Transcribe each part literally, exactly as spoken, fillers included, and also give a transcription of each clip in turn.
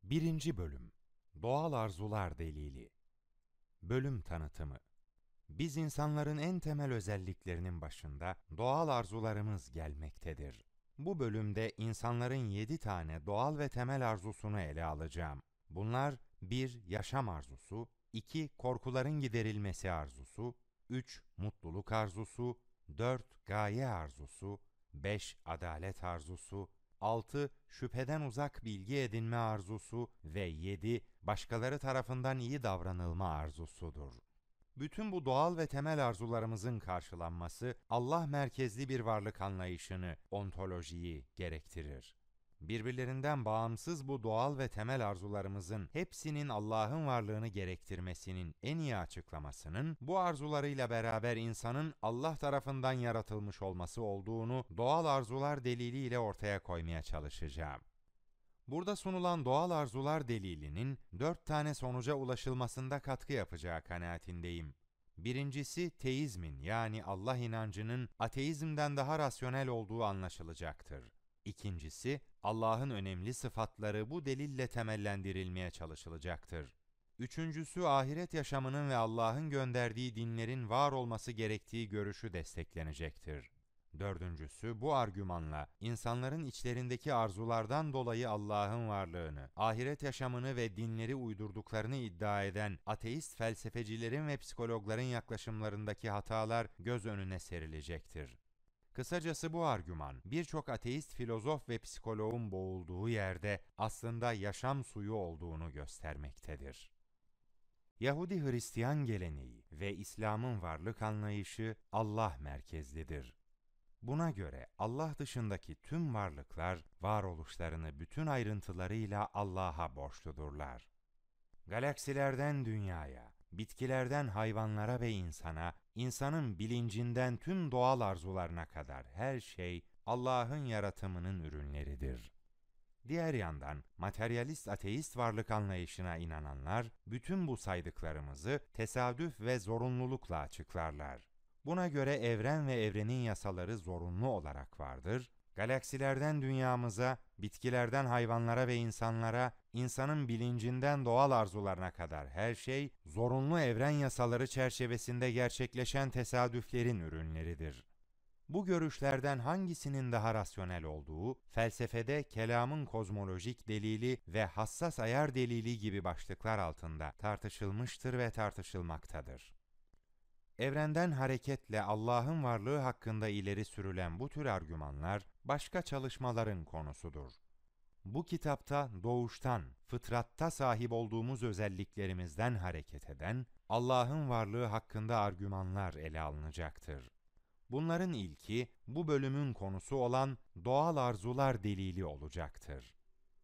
Birinci Bölüm Doğal Arzular Delili. Bölüm tanıtımı. Biz insanların en temel özelliklerinin başında doğal arzularımız gelmektedir. Bu bölümde insanların yedi tane doğal ve temel arzusunu ele alacağım. Bunlar bir Yaşam arzusu, iki Korkuların giderilmesi arzusu, üç Mutluluk arzusu, dört Gaye arzusu, beş Adalet arzusu, altı Şüpheden uzak bilgi edinme arzusu ve yedi Başkaları tarafından iyi davranılma arzusudur. Bütün bu doğal ve temel arzularımızın karşılanması Allah merkezli bir varlık anlayışını, ontolojiyi gerektirir. Birbirlerinden bağımsız bu doğal ve temel arzularımızın hepsinin Allah'ın varlığını gerektirmesinin en iyi açıklamasının bu arzularıyla beraber insanın Allah tarafından yaratılmış olması olduğunu doğal arzular deliliyle ortaya koymaya çalışacağım. Burada sunulan doğal arzular delilinin dört tane sonuca ulaşılmasında katkı yapacağı kanaatindeyim. Birincisi teizmin yani Allah inancının ateizmden daha rasyonel olduğu anlaşılacaktır. İkincisi Allah'ın önemli sıfatları bu delille temellendirilmeye çalışılacaktır. Üçüncüsü ahiret yaşamının ve Allah'ın gönderdiği dinlerin var olması gerektiği görüşü desteklenecektir. Dördüncüsü, bu argümanla insanların içlerindeki arzulardan dolayı Allah'ın varlığını, ahiret yaşamını ve dinleri uydurduklarını iddia eden ateist felsefecilerin ve psikologların yaklaşımlarındaki hatalar göz önüne serilecektir. Kısacası bu argüman, birçok ateist filozof ve psikoloğun boğulduğu yerde aslında yaşam suyu olduğunu göstermektedir. Yahudi Hristiyan geleneği ve İslam'ın varlık anlayışı Allah merkezlidir. Buna göre Allah dışındaki tüm varlıklar varoluşlarını bütün ayrıntılarıyla Allah'a borçludurlar. Galaksilerden dünyaya, bitkilerden hayvanlara ve insana, insanın bilincinden tüm doğal arzularına kadar her şey Allah'ın yaratımının ürünleridir. Diğer yandan materyalist ateist varlık anlayışına inananlar bütün bu saydıklarımızı tesadüf ve zorunlulukla açıklarlar. Buna göre evren ve evrenin yasaları zorunlu olarak vardır. Galaksilerden dünyamıza, bitkilerden hayvanlara ve insanlara, insanın bilincinden doğal arzularına kadar her şey, zorunlu evren yasaları çerçevesinde gerçekleşen tesadüflerin ürünleridir. Bu görüşlerden hangisinin daha rasyonel olduğu, felsefede kelamın kozmolojik delili ve hassas ayar delili gibi başlıklar altında tartışılmıştır ve tartışılmaktadır. Evrenden hareketle Allah'ın varlığı hakkında ileri sürülen bu tür argümanlar başka çalışmaların konusudur. Bu kitapta doğuştan, fıtratta sahip olduğumuz özelliklerimizden hareket eden Allah'ın varlığı hakkında argümanlar ele alınacaktır. Bunların ilki bu bölümün konusu olan doğal arzular delili olacaktır.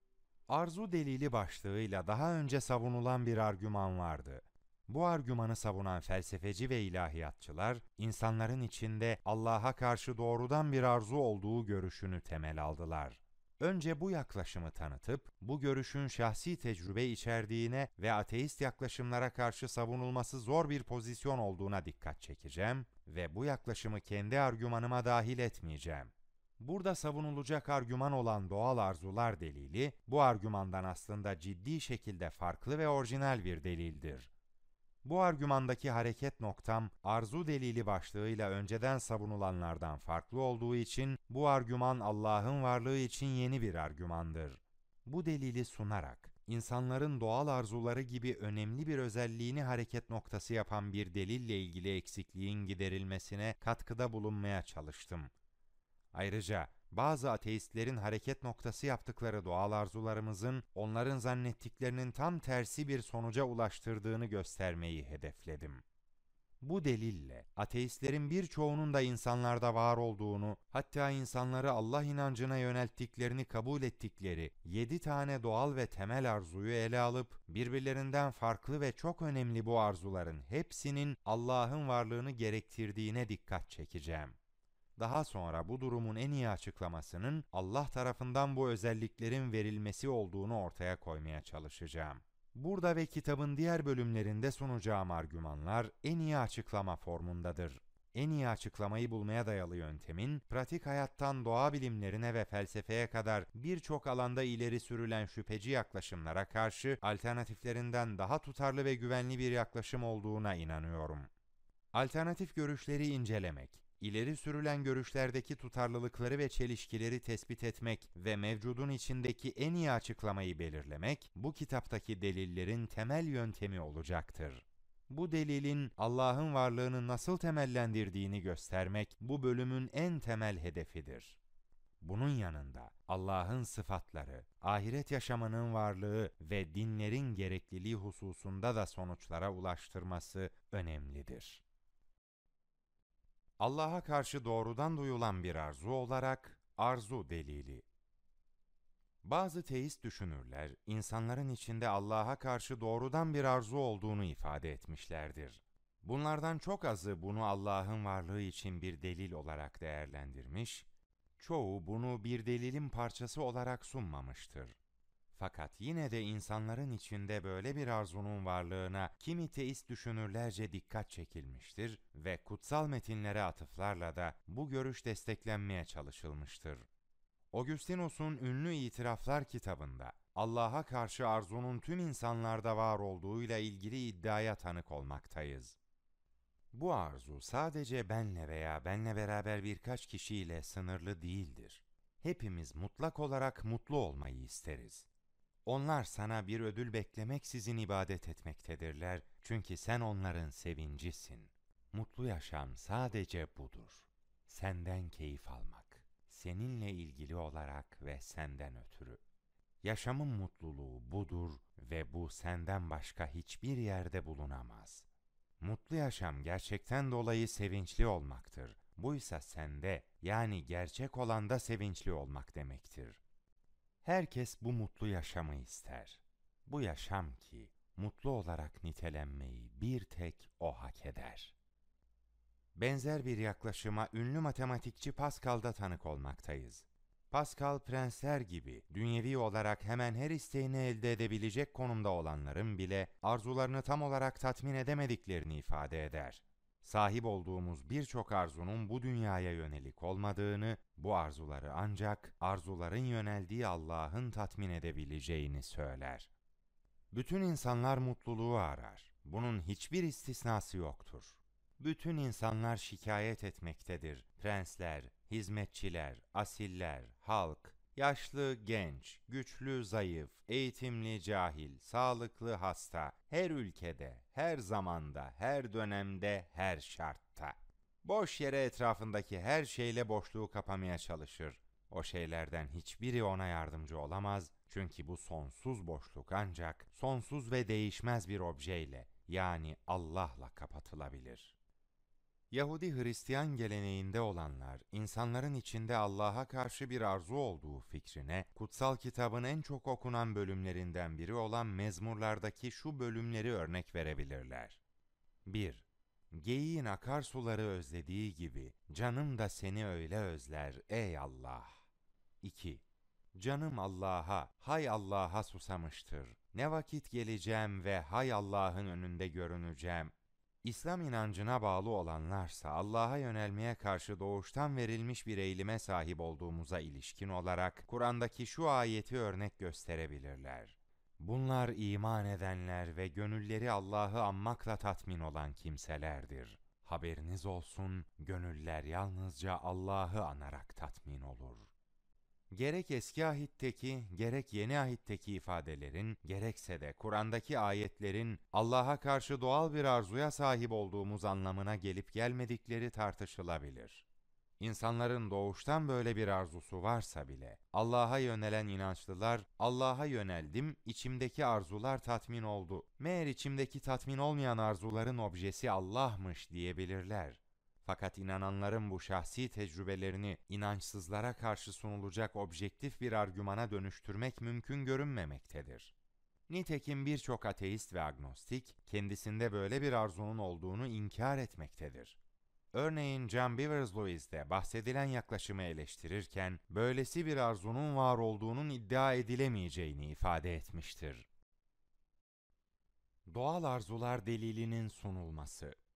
Arzu delili başlığıyla daha önce savunulan bir argüman vardı. Bu argümanı savunan felsefeci ve ilahiyatçılar, insanların içinde Allah'a karşı doğrudan bir arzu olduğu görüşünü temel aldılar. Önce bu yaklaşımı tanıtıp, bu görüşün şahsi tecrübe içerdiğine ve ateist yaklaşımlara karşı savunulması zor bir pozisyon olduğuna dikkat çekeceğim ve bu yaklaşımı kendi argümanıma dahil etmeyeceğim. Burada savunulacak argüman olan doğal arzular delili, bu argümandan aslında ciddi şekilde farklı ve orijinal bir delildir. Bu argümandaki hareket noktam, arzu delili başlığıyla önceden savunulanlardan farklı olduğu için, bu argüman Allah'ın varlığı için yeni bir argümandır. Bu delili sunarak, insanların doğal arzuları gibi önemli bir özelliğini hareket noktası yapan bir delille ilgili eksikliğin giderilmesine katkıda bulunmaya çalıştım. Ayrıca, bazı ateistlerin hareket noktası yaptıkları doğal arzularımızın, onların zannettiklerinin tam tersi bir sonuca ulaştırdığını göstermeyi hedefledim. Bu delille, ateistlerin birçoğunun da insanlarda var olduğunu, hatta insanları Allah inancına yönelttiklerini kabul ettikleri yedi tane doğal ve temel arzuyu ele alıp, birbirlerinden farklı ve çok önemli bu arzuların hepsinin Allah'ın varlığını gerektirdiğine dikkat çekeceğim. Daha sonra bu durumun en iyi açıklamasının Allah tarafından bu özelliklerin verilmesi olduğunu ortaya koymaya çalışacağım. Burada ve kitabın diğer bölümlerinde sunacağım argümanlar en iyi açıklama formundadır. En iyi açıklamayı bulmaya dayalı yöntemin, pratik hayattan doğa bilimlerine ve felsefeye kadar birçok alanda ileri sürülen şüpheci yaklaşımlara karşı alternatiflerinden daha tutarlı ve güvenli bir yaklaşım olduğuna inanıyorum. Alternatif görüşleri incelemek, ileri sürülen görüşlerdeki tutarlılıkları ve çelişkileri tespit etmek ve mevcudun içindeki en iyi açıklamayı belirlemek, bu kitaptaki delillerin temel yöntemi olacaktır. Bu delilin Allah'ın varlığını nasıl temellendirdiğini göstermek, bu bölümün en temel hedefidir. Bunun yanında Allah'ın sıfatları, ahiret yaşamının varlığı ve dinlerin gerekliliği hususunda da sonuçlara ulaştırması önemlidir. Allah'a karşı doğrudan duyulan bir arzu olarak arzu delili. Bazı teist düşünürler, insanların içinde Allah'a karşı doğrudan bir arzu olduğunu ifade etmişlerdir. Bunlardan çok azı bunu Allah'ın varlığı için bir delil olarak değerlendirmiş, çoğu bunu bir delilin parçası olarak sunmamıştır. Fakat yine de insanların içinde böyle bir arzunun varlığına kimi teist düşünürlerce dikkat çekilmiştir ve kutsal metinlere atıflarla da bu görüş desteklenmeye çalışılmıştır. Augustinus'un ünlü İtiraflar kitabında Allah'a karşı arzunun tüm insanlarda var olduğuyla ilgili iddiaya tanık olmaktayız. Bu arzu sadece benle veya benle beraber birkaç kişiyle sınırlı değildir. Hepimiz mutlak olarak mutlu olmayı isteriz. Onlar sana bir ödül beklemeksizin ibadet etmektedirler, çünkü sen onların sevincisin. Mutlu yaşam sadece budur. Senden keyif almak, seninle ilgili olarak ve senden ötürü. Yaşamın mutluluğu budur ve bu senden başka hiçbir yerde bulunamaz. Mutlu yaşam gerçekten dolayı sevinçli olmaktır. Buysa sende, yani gerçek olanda sevinçli olmak demektir. Herkes bu mutlu yaşamı ister. Bu yaşam ki mutlu olarak nitelenmeyi bir tek o hak eder. Benzer bir yaklaşıma ünlü matematikçi Pascal'da tanık olmaktayız. Pascal, prensler gibi dünyevi olarak hemen her isteğini elde edebilecek konumda olanların bile arzularını tam olarak tatmin edemediklerini ifade eder. Sahip olduğumuz birçok arzunun bu dünyaya yönelik olmadığını, bu arzuları ancak arzuların yöneldiği Allah'ın tatmin edebileceğini söyler. Bütün insanlar mutluluğu arar. Bunun hiçbir istisnası yoktur. Bütün insanlar şikayet etmektedir. Prensler, hizmetçiler, asiller, halk, yaşlı, genç, güçlü, zayıf, eğitimli, cahil, sağlıklı, hasta, her ülkede, her zamanda, her dönemde, her şartta. Boş yere etrafındaki her şeyle boşluğu kapamaya çalışır. O şeylerden hiçbiri ona yardımcı olamaz, çünkü bu sonsuz boşluk ancak sonsuz ve değişmez bir objeyle, yani Allah'la kapatılabilir. Yahudi Hristiyan geleneğinde olanlar, insanların içinde Allah'a karşı bir arzu olduğu fikrine, kutsal kitabın en çok okunan bölümlerinden biri olan Mezmurlardaki şu bölümleri örnek verebilirler. bir. Geyiğin akarsuları özlediği gibi, canım da seni öyle özler ey Allah. iki. Canım Allah'a, hay Allah'a susamıştır. Ne vakit geleceğim ve hay Allah'ın önünde görüneceğim. İslam inancına bağlı olanlarsa Allah'a yönelmeye karşı doğuştan verilmiş bir eğilime sahip olduğumuza ilişkin olarak Kur'an'daki şu ayeti örnek gösterebilirler. Bunlar iman edenler ve gönülleri Allah'ı anmakla tatmin olan kimselerdir. Haberiniz olsun, gönüller yalnızca Allah'ı anarak tatmin olur. Gerek eski ahitteki, gerek yeni ahitteki ifadelerin, gerekse de Kur'an'daki ayetlerin Allah'a karşı doğal bir arzuya sahip olduğumuz anlamına gelip gelmedikleri tartışılabilir. İnsanların doğuştan böyle bir arzusu varsa bile, Allah'a yönelen inançlılar, Allah'a yöneldim, içimdeki arzular tatmin oldu. Meğer içimdeki tatmin olmayan arzuların objesi Allah'mış diyebilirler. Fakat inananların bu şahsi tecrübelerini inançsızlara karşı sunulacak objektif bir argümana dönüştürmek mümkün görünmemektedir. Nitekim birçok ateist ve agnostik, kendisinde böyle bir arzunun olduğunu inkar etmektedir. Örneğin John Bevers Lewis de bahsedilen yaklaşımı eleştirirken, böylesi bir arzunun var olduğunun iddia edilemeyeceğini ifade etmiştir. Doğal arzular delilinin sunulması.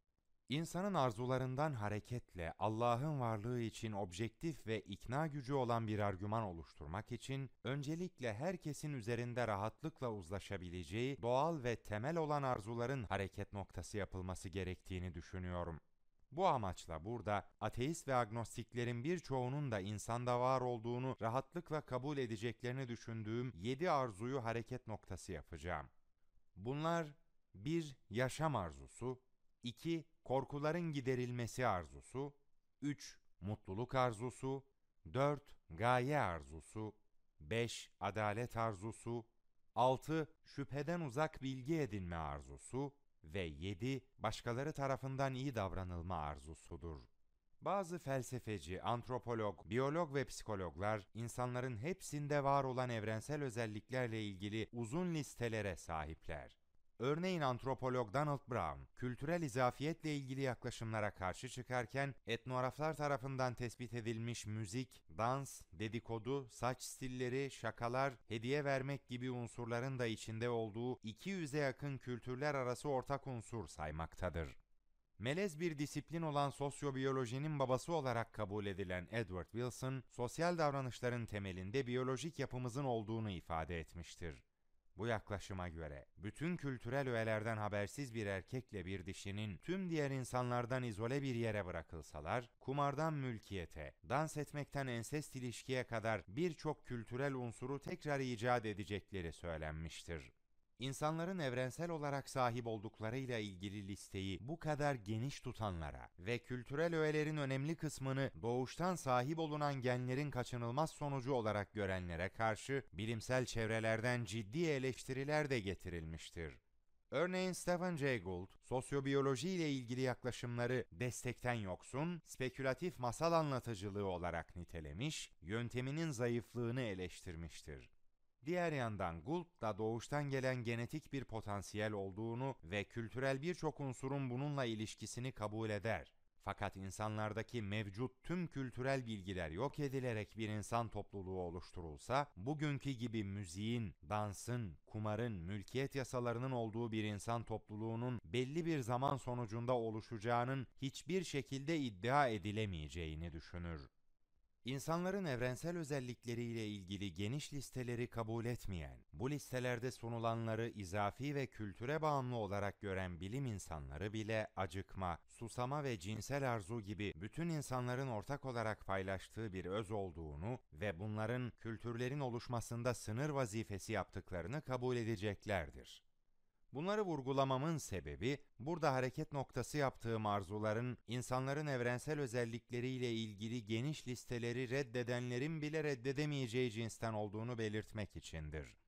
İnsanın arzularından hareketle Allah'ın varlığı için objektif ve ikna gücü olan bir argüman oluşturmak için öncelikle herkesin üzerinde rahatlıkla uzlaşabileceği doğal ve temel olan arzuların hareket noktası yapılması gerektiğini düşünüyorum. Bu amaçla burada ateist ve agnostiklerin birçoğunun da insanda var olduğunu rahatlıkla kabul edeceklerini düşündüğüm yedi arzuyu hareket noktası yapacağım. Bunlar: bir Yaşam arzusu, iki Korkuların giderilmesi arzusu, üç Mutluluk arzusu, dört Gaye arzusu, beş Adalet arzusu, altı Şüpheden uzak bilgi edinme arzusu ve yedi Başkaları tarafından iyi davranılma arzusudur. Bazı felsefeci, antropolog, biyolog ve psikologlar insanların hepsinde var olan evrensel özelliklerle ilgili uzun listelere sahipler. Örneğin antropolog Donald Brown, kültürel izafiyetle ilgili yaklaşımlara karşı çıkarken, etnograflar tarafından tespit edilmiş müzik, dans, dedikodu, saç stilleri, şakalar, hediye vermek gibi unsurların da içinde olduğu iki yüze yakın kültürler arası ortak unsur saymaktadır. Melez bir disiplin olan sosyobiyolojinin babası olarak kabul edilen Edward Wilson, sosyal davranışların temelinde biyolojik yapımızın olduğunu ifade etmiştir. Bu yaklaşıma göre, bütün kültürel öğelerden habersiz bir erkekle bir dişinin tüm diğer insanlardan izole bir yere bırakılsalar, kumardan mülkiyete, dans etmekten ensest ilişkiye kadar birçok kültürel unsuru tekrar icat edecekleri söylenmiştir. İnsanların evrensel olarak sahip olduklarıyla ilgili listeyi bu kadar geniş tutanlara ve kültürel öğelerin önemli kısmını doğuştan sahip olunan genlerin kaçınılmaz sonucu olarak görenlere karşı bilimsel çevrelerden ciddi eleştiriler de getirilmiştir. Örneğin Stephen Jay Gould, sosyobiyoloji ile ilgili yaklaşımları destekten yoksun, spekülatif masal anlatıcılığı olarak nitelemiş, yönteminin zayıflığını eleştirmiştir. Diğer yandan Gould da doğuştan gelen genetik bir potansiyel olduğunu ve kültürel birçok unsurun bununla ilişkisini kabul eder. Fakat insanlardaki mevcut tüm kültürel bilgiler yok edilerek bir insan topluluğu oluşturulsa, bugünkü gibi müziğin, dansın, kumarın, mülkiyet yasalarının olduğu bir insan topluluğunun belli bir zaman sonucunda oluşacağının hiçbir şekilde iddia edilemeyeceğini düşünür. İnsanların evrensel özellikleriyle ilgili geniş listeleri kabul etmeyen, bu listelerde sunulanları izafi ve kültüre bağımlı olarak gören bilim insanları bile acıkma, susama ve cinsel arzu gibi bütün insanların ortak olarak paylaştığı bir öz olduğunu ve bunların kültürlerin oluşmasında sınır vazifesi yaptıklarını kabul edeceklerdir. Bunları vurgulamamın sebebi, burada hareket noktası yaptığım arzuların, insanların evrensel özellikleriyle ilgili geniş listeleri reddedenlerin bile reddedemeyeceği cinsten olduğunu belirtmek içindir.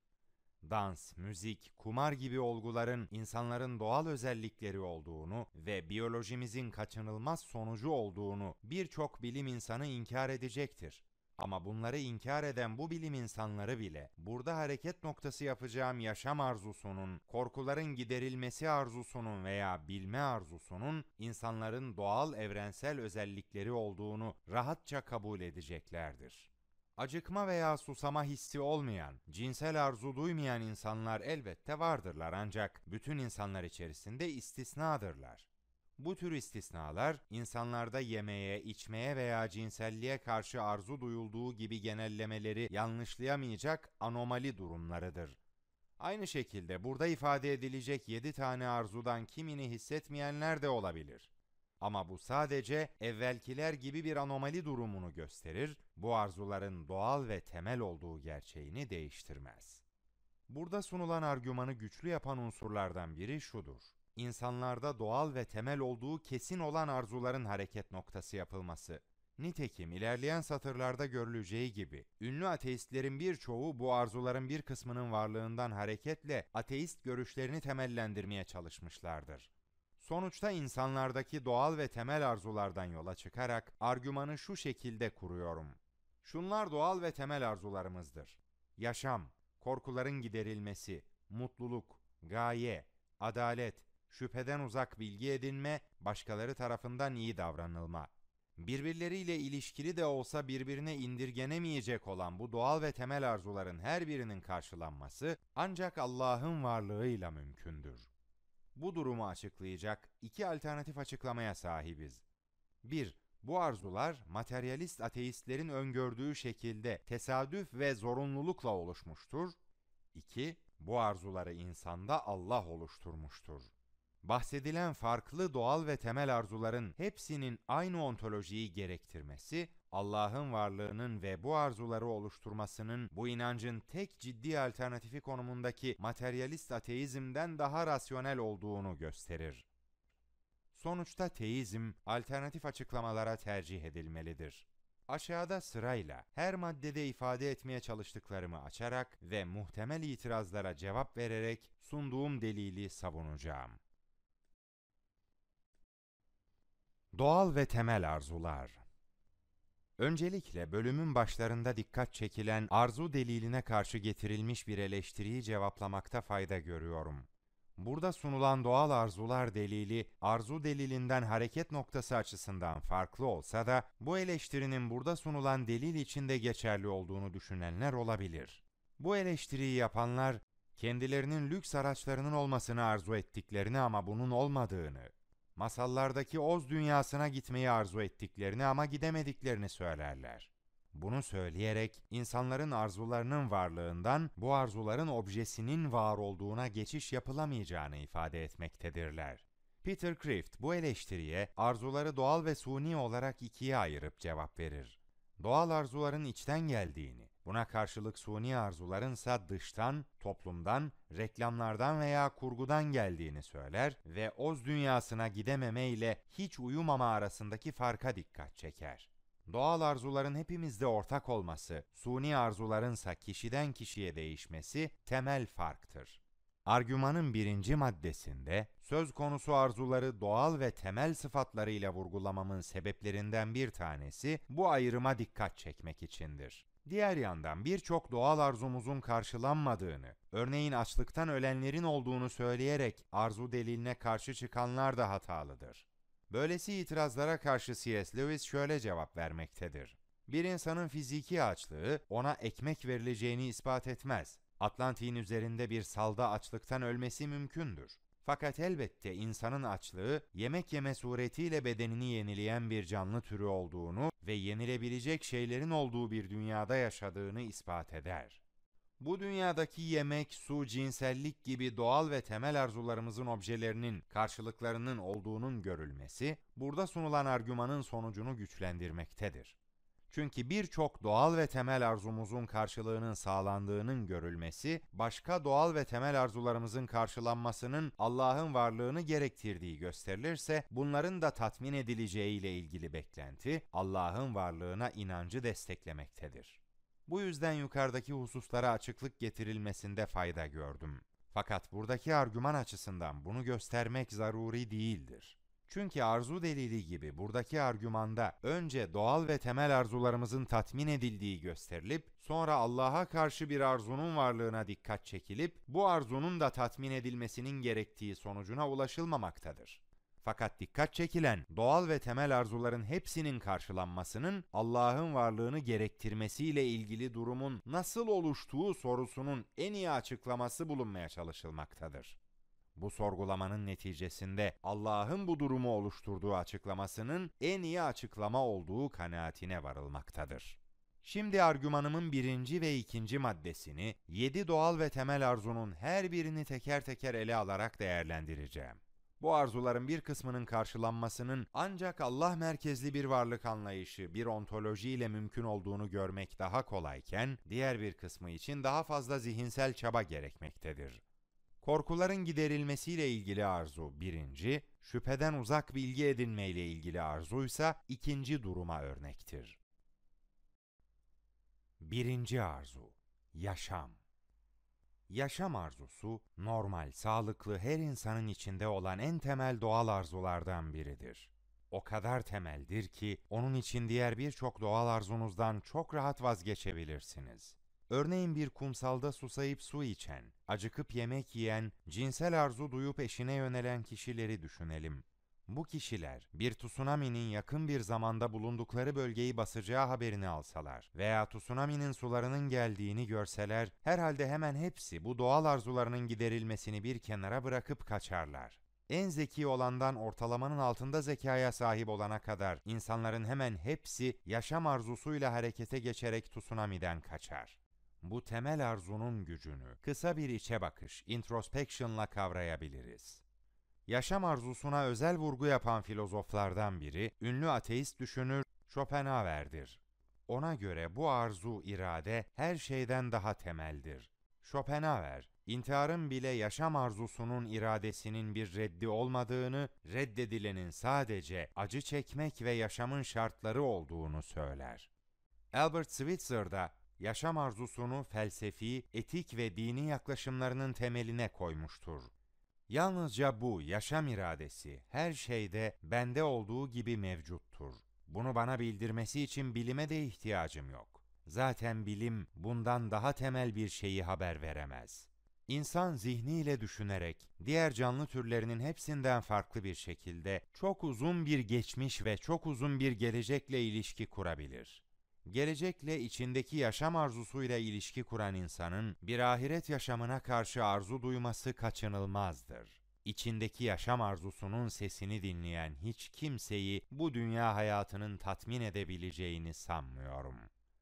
Dans, müzik, kumar gibi olguların insanların doğal özellikleri olduğunu ve biyolojimizin kaçınılmaz sonucu olduğunu birçok bilim insanı inkar edecektir. Ama bunları inkar eden bu bilim insanları bile, burada hareket noktası yapacağım yaşam arzusunun, korkuların giderilmesi arzusunun veya bilme arzusunun, insanların doğal evrensel özellikleri olduğunu rahatça kabul edeceklerdir. Acıkma veya susama hissi olmayan, cinsel arzu duymayan insanlar elbette vardırlar ancak bütün insanlar içerisinde istisnadırlar. Bu tür istisnalar, insanlarda yemeye, içmeye veya cinselliğe karşı arzu duyulduğu gibi genellemeleri yanlışlayamayacak anomali durumlarıdır. Aynı şekilde burada ifade edilecek yedi tane arzudan kimini hissetmeyenler de olabilir. Ama bu sadece evvelkiler gibi bir anomali durumunu gösterir, bu arzuların doğal ve temel olduğu gerçeğini değiştirmez. Burada sunulan argümanı güçlü yapan unsurlardan biri şudur: İnsanlarda doğal ve temel olduğu kesin olan arzuların hareket noktası yapılması. Nitekim ilerleyen satırlarda görüleceği gibi, ünlü ateistlerin birçoğu bu arzuların bir kısmının varlığından hareketle ateist görüşlerini temellendirmeye çalışmışlardır. Sonuçta insanlardaki doğal ve temel arzulardan yola çıkarak argümanı şu şekilde kuruyorum. Şunlar doğal ve temel arzularımızdır: yaşam, korkuların giderilmesi, mutluluk, gaye, adalet, şüpheden uzak bilgi edinme, başkaları tarafından iyi davranılma. Birbirleriyle ilişkili de olsa birbirine indirgenemeyecek olan bu doğal ve temel arzuların her birinin karşılanması ancak Allah'ın varlığıyla mümkündür. bu durumu açıklayacak iki alternatif açıklamaya sahibiz. bir Bu arzular, materyalist ateistlerin öngördüğü şekilde tesadüf ve zorunlulukla oluşmuştur. iki Bu arzuları insanda Allah oluşturmuştur. Bahsedilen farklı doğal ve temel arzuların hepsinin aynı ontolojiyi gerektirmesi, Allah'ın varlığının ve bu arzuları oluşturmasının bu inancın tek ciddi alternatifi konumundaki materyalist ateizmden daha rasyonel olduğunu gösterir. Sonuçta teizm, alternatif açıklamalara tercih edilmelidir. Aşağıda sırayla her maddede ifade etmeye çalıştıklarımı açarak ve muhtemel itirazlara cevap vererek sunduğum delili savunacağım. Doğal ve temel arzular. Öncelikle bölümün başlarında dikkat çekilen arzu deliline karşı getirilmiş bir eleştiriyi cevaplamakta fayda görüyorum. Burada sunulan doğal arzular delili, arzu delilinden hareket noktası açısından farklı olsa da, bu eleştirinin burada sunulan delil içinde geçerli olduğunu düşünenler olabilir. Bu eleştiriyi yapanlar, kendilerinin lüks araçlarının olmasını arzu ettiklerini ama bunun olmadığını, masallardaki Oz dünyasına gitmeyi arzu ettiklerini ama gidemediklerini söylerler. Bunu söyleyerek insanların arzularının varlığından bu arzuların objesinin var olduğuna geçiş yapılamayacağını ifade etmektedirler. Peter Kreeft bu eleştiriye arzuları doğal ve suni olarak ikiye ayırıp cevap verir. Doğal arzuların içten geldiğini, buna karşılık suni arzularınsa dıştan, toplumdan, reklamlardan veya kurgudan geldiğini söyler ve Oz dünyasına gidememe ile hiç uyumama arasındaki farka dikkat çeker. Doğal arzuların hepimizde ortak olması, suni arzularınsa kişiden kişiye değişmesi temel farktır. Argümanın birinci maddesinde, söz konusu arzuları doğal ve temel sıfatlarıyla vurgulamamın sebeplerinden bir tanesi bu ayrıma dikkat çekmek içindir. Diğer yandan birçok doğal arzumuzun karşılanmadığını, örneğin açlıktan ölenlerin olduğunu söyleyerek arzu deliline karşı çıkanlar da hatalıdır. Böylesi itirazlara karşı C S Lewis şöyle cevap vermektedir. Bir insanın fiziki açlığı ona ekmek verileceğini ispat etmez. Atlantik'in üzerinde bir salda açlıktan ölmesi mümkündür. Fakat elbette insanın açlığı, yemek yeme suretiyle bedenini yenileyen bir canlı türü olduğunu ve yenilebilecek şeylerin olduğu bir dünyada yaşadığını ispat eder. Bu dünyadaki yemek, su, cinsellik gibi doğal ve temel arzularımızın objelerinin karşılıklarının olduğunun görülmesi, burada sunulan argümanın sonucunu güçlendirmektedir. Çünkü birçok doğal ve temel arzumuzun karşılığının sağlandığının görülmesi, başka doğal ve temel arzularımızın karşılanmasının Allah'ın varlığını gerektirdiği gösterilirse, bunların da tatmin edileceği ile ilgili beklenti, Allah'ın varlığına inancı desteklemektedir. Bu yüzden yukarıdaki hususlara açıklık getirilmesinde fayda gördüm. Fakat buradaki argüman açısından bunu göstermek zaruri değildir. Çünkü arzu delili gibi buradaki argümanda önce doğal ve temel arzularımızın tatmin edildiği gösterilip, sonra Allah'a karşı bir arzunun varlığına dikkat çekilip, bu arzunun da tatmin edilmesinin gerektiği sonucuna ulaşılmamaktadır. Fakat dikkat çekilen doğal ve temel arzuların hepsinin karşılanmasının Allah'ın varlığını gerektirmesiyle ilgili durumun nasıl oluştuğu sorusunun en iyi açıklaması bulunmaya çalışılmaktadır. Bu sorgulamanın neticesinde Allah'ın bu durumu oluşturduğu açıklamasının en iyi açıklama olduğu kanaatine varılmaktadır. Şimdi argümanımın birinci ve ikinci maddesini, yedi doğal ve temel arzunun her birini teker teker ele alarak değerlendireceğim. Bu arzuların bir kısmının karşılanmasının ancak Allah merkezli bir varlık anlayışı, bir ontoloji ile mümkün olduğunu görmek daha kolayken, diğer bir kısmı için daha fazla zihinsel çaba gerekmektedir. Korkuların giderilmesiyle ilgili arzu birinci, şüpheden uzak bilgi edinmeyle ilgili arzuysa ikinci duruma örnektir. Birinci arzu, yaşam. Yaşam arzusu, normal, sağlıklı her insanın içinde olan en temel doğal arzulardan biridir. O kadar temeldir ki, onun için diğer birçok doğal arzunuzdan çok rahat vazgeçebilirsiniz. Örneğin bir kumsalda susayıp su içen, acıkıp yemek yiyen, cinsel arzu duyup eşine yönelen kişileri düşünelim. Bu kişiler, bir tsunami'nin yakın bir zamanda bulundukları bölgeyi basacağı haberini alsalar veya tsunami'nin sularının geldiğini görseler, herhalde hemen hepsi bu doğal arzularının giderilmesini bir kenara bırakıp kaçarlar. En zeki olandan ortalamanın altında zekaya sahip olana kadar insanların hemen hepsi yaşam arzusuyla harekete geçerek tsunami'den kaçar. Bu temel arzunun gücünü kısa bir içe bakış, introspection'la kavrayabiliriz. Yaşam arzusuna özel vurgu yapan filozoflardan biri, ünlü ateist düşünür Schopenhauer'dir. Ona göre bu arzu irade her şeyden daha temeldir. Schopenhauer, intiharın bile yaşam arzusunun iradesinin bir reddi olmadığını, reddedilenin sadece acı çekmek ve yaşamın şartları olduğunu söyler. Albert Schweitzer da yaşam arzusunu felsefi, etik ve dini yaklaşımlarının temeline koymuştur. Yalnızca bu yaşam iradesi her şeyde bende olduğu gibi mevcuttur. Bunu bana bildirmesi için bilime de ihtiyacım yok. Zaten bilim bundan daha temel bir şeyi haber veremez. İnsan zihniyle düşünerek diğer canlı türlerinin hepsinden farklı bir şekilde çok uzun bir geçmiş ve çok uzun bir gelecekle ilişki kurabilir. Gelecekle içindeki yaşam arzusuyla ilişki kuran insanın bir ahiret yaşamına karşı arzu duyması kaçınılmazdır. İçindeki yaşam arzusunun sesini dinleyen hiç kimseyi bu dünya hayatının tatmin edebileceğini sanmıyorum.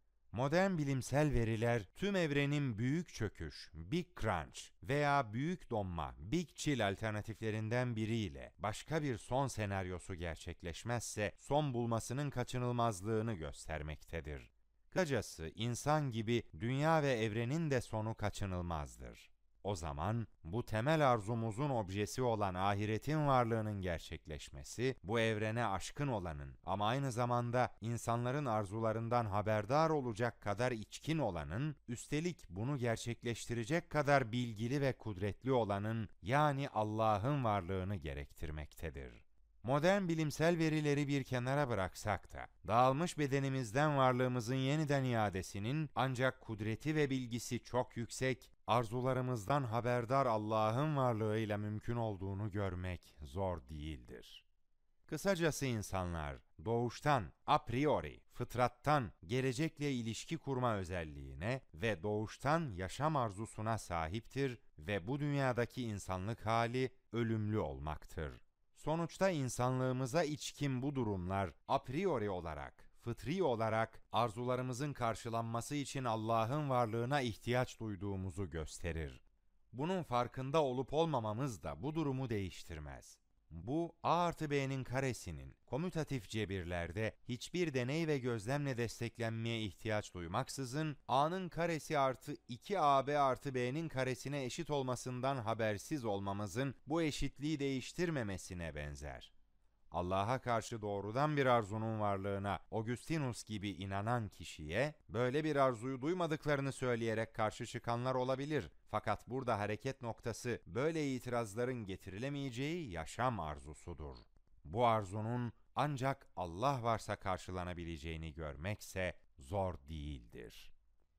Modern bilimsel veriler tüm evrenin büyük çöküş, Big Crunch veya büyük donma, Big Chill alternatiflerinden biriyle başka bir son senaryosu gerçekleşmezse son bulmasının kaçınılmazlığını göstermektedir. Kısacası insan gibi dünya ve evrenin de sonu kaçınılmazdır. O zaman bu temel arzumuzun objesi olan ahiretin varlığının gerçekleşmesi, bu evrene aşkın olanın ama aynı zamanda insanların arzularından haberdar olacak kadar içkin olanın, üstelik bunu gerçekleştirecek kadar bilgili ve kudretli olanın, yani Allah'ın varlığını gerektirmektedir. Modern bilimsel verileri bir kenara bıraksak da, dağılmış bedenimizden varlığımızın yeniden iadesinin ancak kudreti ve bilgisi çok yüksek, arzularımızdan haberdar Allah'ın varlığıyla mümkün olduğunu görmek zor değildir. Kısacası insanlar doğuştan, a priori, fıtrattan gelecekle ilişki kurma özelliğine ve doğuştan yaşam arzusuna sahiptir ve bu dünyadaki insanlık hali ölümlü olmaktır. Sonuçta insanlığımıza içkin bu durumlar a priori olarak, fıtri olarak arzularımızın karşılanması için Allah'ın varlığına ihtiyaç duyduğumuzu gösterir. Bunun farkında olup olmamamız da bu durumu değiştirmez. Bu a artı b'nin karesinin komütatif cebirlerde hiçbir deney ve gözlemle desteklenmeye ihtiyaç duymaksızın a'nın karesi artı iki a b artı b'nin karesine eşit olmasından habersiz olmamızın bu eşitliği değiştirmemesine benzer. Allah'a karşı doğrudan bir arzunun varlığına Augustinus gibi inanan kişiye böyle bir arzuyu duymadıklarını söyleyerek karşı çıkanlar olabilir. Fakat burada hareket noktası böyle itirazların getirilemeyeceği yaşam arzusudur. Bu arzunun ancak Allah varsa karşılanabileceğini görmekse zor değildir.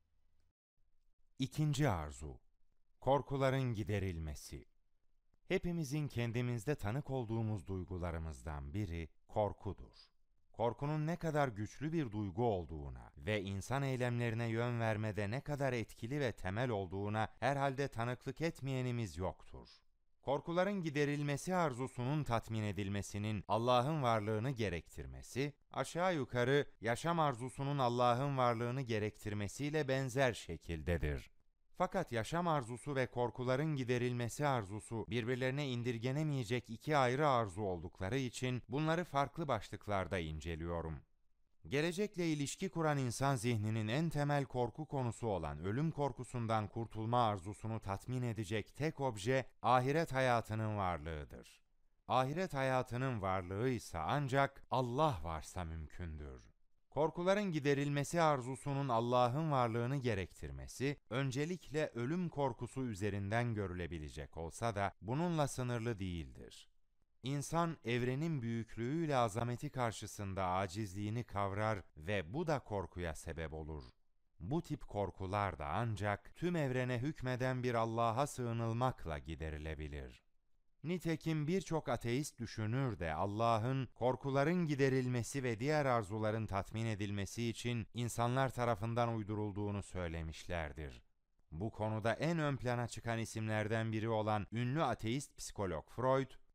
İkinci arzu, korkuların giderilmesi. Hepimizin kendimizde tanık olduğumuz duygularımızdan biri korkudur. Korkunun ne kadar güçlü bir duygu olduğuna ve insan eylemlerine yön vermede ne kadar etkili ve temel olduğuna herhalde tanıklık etmeyenimiz yoktur. Korkuların giderilmesi arzusunun tatmin edilmesinin Allah'ın varlığını gerektirmesi, aşağı yukarı yaşam arzusunun Allah'ın varlığını gerektirmesiyle benzer şekildedir. Fakat yaşam arzusu ve korkuların giderilmesi arzusu birbirlerine indirgenemeyecek iki ayrı arzu oldukları için bunları farklı başlıklarda inceliyorum. Gelecekle ilişki kuran insan zihninin en temel korku konusu olan ölüm korkusundan kurtulma arzusunu tatmin edecek tek obje ahiret hayatının varlığıdır. Ahiret hayatının varlığı ise ancak Allah varsa mümkündür. Korkuların giderilmesi arzusunun Allah'ın varlığını gerektirmesi, öncelikle ölüm korkusu üzerinden görülebilecek olsa da bununla sınırlı değildir. İnsan evrenin büyüklüğüyle azameti karşısında acizliğini kavrar ve bu da korkuya sebep olur. Bu tip korkular da ancak tüm evrene hükmeden bir Allah'a sığınılmakla giderilebilir. Nitekim birçok ateist düşünür de Allah'ın korkuların giderilmesi ve diğer arzuların tatmin edilmesi için insanlar tarafından uydurulduğunu söylemişlerdir. Bu konuda en ön plana çıkan isimlerden biri olan ünlü ateist psikolog Freud,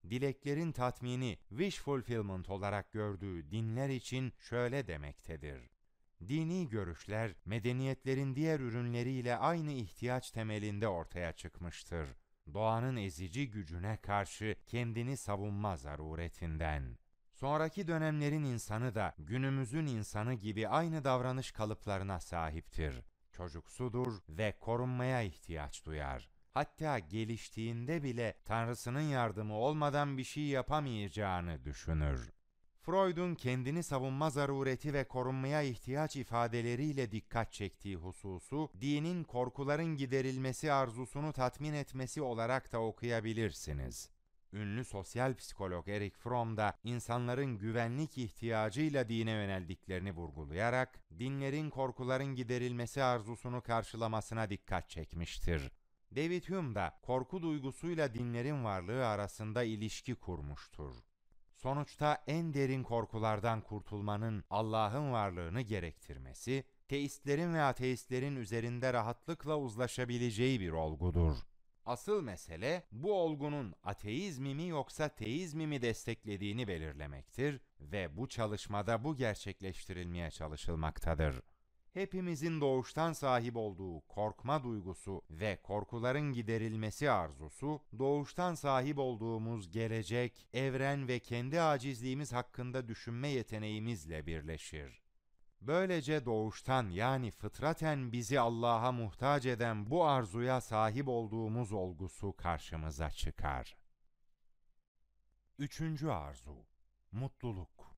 dileklerin tatmini, wish fulfillment olarak gördüğü dinler için şöyle demektedir. Dini görüşler, medeniyetlerin diğer ürünleriyle aynı ihtiyaç temelinde ortaya çıkmıştır. Doğanın ezici gücüne karşı kendini savunma zaruretinden. Sonraki dönemlerin insanı da günümüzün insanı gibi aynı davranış kalıplarına sahiptir. Çocuksudur ve korunmaya ihtiyaç duyar. Hatta geliştiğinde bile Tanrısının yardımı olmadan bir şey yapamayacağını düşünür. Freud'un kendini savunma zarureti ve korunmaya ihtiyaç ifadeleriyle dikkat çektiği hususu, dinin korkuların giderilmesi arzusunu tatmin etmesi olarak da okuyabilirsiniz. Ünlü sosyal psikolog Erich Fromm da insanların güvenlik ihtiyacıyla dine yöneldiklerini vurgulayarak, dinlerin korkuların giderilmesi arzusunu karşılamasına dikkat çekmiştir. David Hume da korku duygusuyla dinlerin varlığı arasında ilişki kurmuştur. Sonuçta en derin korkulardan kurtulmanın Allah'ın varlığını gerektirmesi, teistlerin ve ateistlerin üzerinde rahatlıkla uzlaşabileceği bir olgudur. Asıl mesele, bu olgunun ateizmi mi yoksa teizmi mi desteklediğini belirlemektir ve bu çalışmada bu gerçekleştirilmeye çalışılmaktadır. Hepimizin doğuştan sahip olduğu korkma duygusu ve korkuların giderilmesi arzusu, doğuştan sahip olduğumuz gelecek, evren ve kendi acizliğimiz hakkında düşünme yeteneğimizle birleşir. Böylece doğuştan yani fıtraten bizi Allah'a muhtaç eden bu arzuya sahip olduğumuz olgusu karşımıza çıkar. Üçüncü arzu, mutluluk.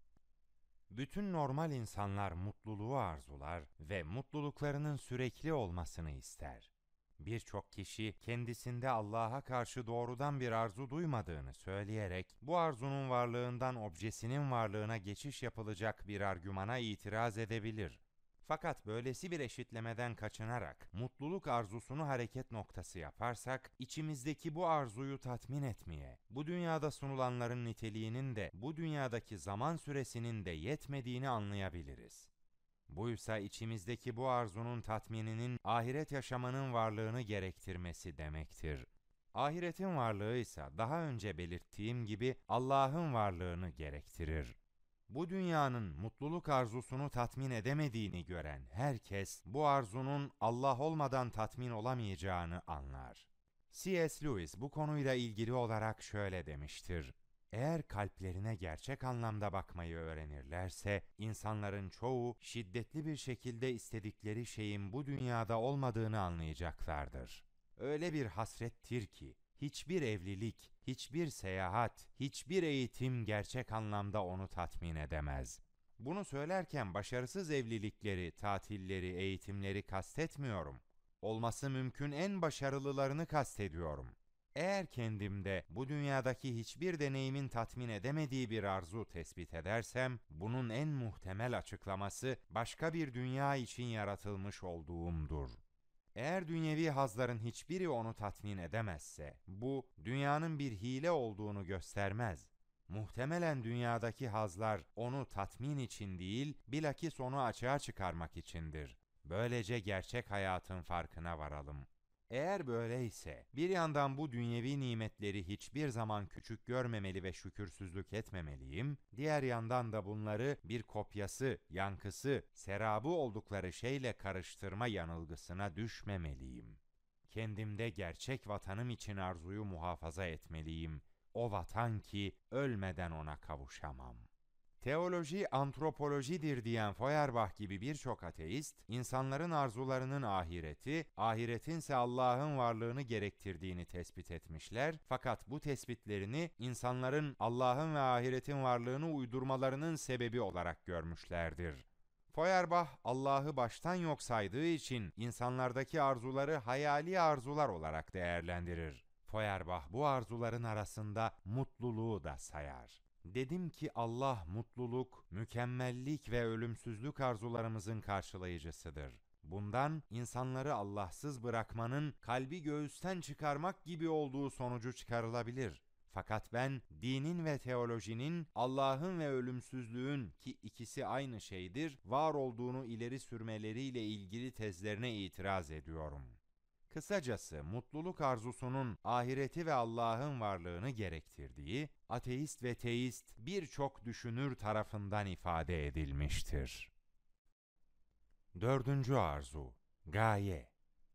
Bütün normal insanlar mutluluğu arzular ve mutluluklarının sürekli olmasını ister. Birçok kişi kendisinde Allah'a karşı doğrudan bir arzu duymadığını söyleyerek bu arzunun varlığından objesinin varlığına geçiş yapılacak bir argümana itiraz edebilir. Fakat böylesi bir eşitlemeden kaçınarak mutluluk arzusunu hareket noktası yaparsak, içimizdeki bu arzuyu tatmin etmeye, bu dünyada sunulanların niteliğinin de bu dünyadaki zaman süresinin de yetmediğini anlayabiliriz. Buysa içimizdeki bu arzunun tatmininin ahiret yaşamının varlığını gerektirmesi demektir. Ahiretin varlığı ise daha önce belirttiğim gibi Allah'ın varlığını gerektirir. Bu dünyanın mutluluk arzusunu tatmin edemediğini gören herkes, bu arzunun Allah olmadan tatmin olamayacağını anlar. C S Lewis bu konuyla ilgili olarak şöyle demiştir. Eğer kalplerine gerçek anlamda bakmayı öğrenirlerse, insanların çoğu şiddetli bir şekilde istedikleri şeyin bu dünyada olmadığını anlayacaklardır. Öyle bir hasrettir ki, hiçbir evlilik, hiçbir seyahat, hiçbir eğitim gerçek anlamda onu tatmin edemez. Bunu söylerken başarısız evlilikleri, tatilleri, eğitimleri kastetmiyorum. Olması mümkün en başarılılarını kastediyorum. Eğer kendimde bu dünyadaki hiçbir deneyimin tatmin edemediği bir arzu tespit edersem, bunun en muhtemel açıklaması başka bir dünya için yaratılmış olduğumdur. Eğer dünyevi hazların hiçbiri onu tatmin edemezse, bu dünyanın bir hile olduğunu göstermez. Muhtemelen dünyadaki hazlar onu tatmin için değil, bilakis onu açığa çıkarmak içindir. Böylece gerçek hayatın farkına varalım. Eğer böyleyse, bir yandan bu dünyevi nimetleri hiçbir zaman küçük görmemeli ve şükürsüzlük etmemeliyim, diğer yandan da bunları bir kopyası, yankısı, serabı oldukları şeyle karıştırma yanılgısına düşmemeliyim. Kendimde gerçek vatanım için arzuyu muhafaza etmeliyim, o vatan ki ölmeden ona kavuşamam. Teoloji antropolojidir diyen Feuerbach gibi birçok ateist, insanların arzularının ahireti, ahiretinse Allah'ın varlığını gerektirdiğini tespit etmişler, fakat bu tespitlerini insanların Allah'ın ve ahiretin varlığını uydurmalarının sebebi olarak görmüşlerdir. Feuerbach, Allah'ı baştan yok saydığı için insanlardaki arzuları hayali arzular olarak değerlendirir. Feuerbach bu arzuların arasında mutluluğu da sayar. Dedim ki Allah mutluluk, mükemmellik ve ölümsüzlük arzularımızın karşılayıcısıdır. Bundan insanları Allahsız bırakmanın kalbi göğüsten çıkarmak gibi olduğu sonucu çıkarılabilir. Fakat ben dinin ve teolojinin Allah'ın ve ölümsüzlüğün ki ikisi aynı şeydir, var olduğunu ileri sürmeleriyle ilgili tezlerine itiraz ediyorum. Kısacası mutluluk arzusunun ahireti ve Allah'ın varlığını gerektirdiği, ateist ve teist birçok düşünür tarafından ifade edilmiştir. Dördüncü arzu, gaye.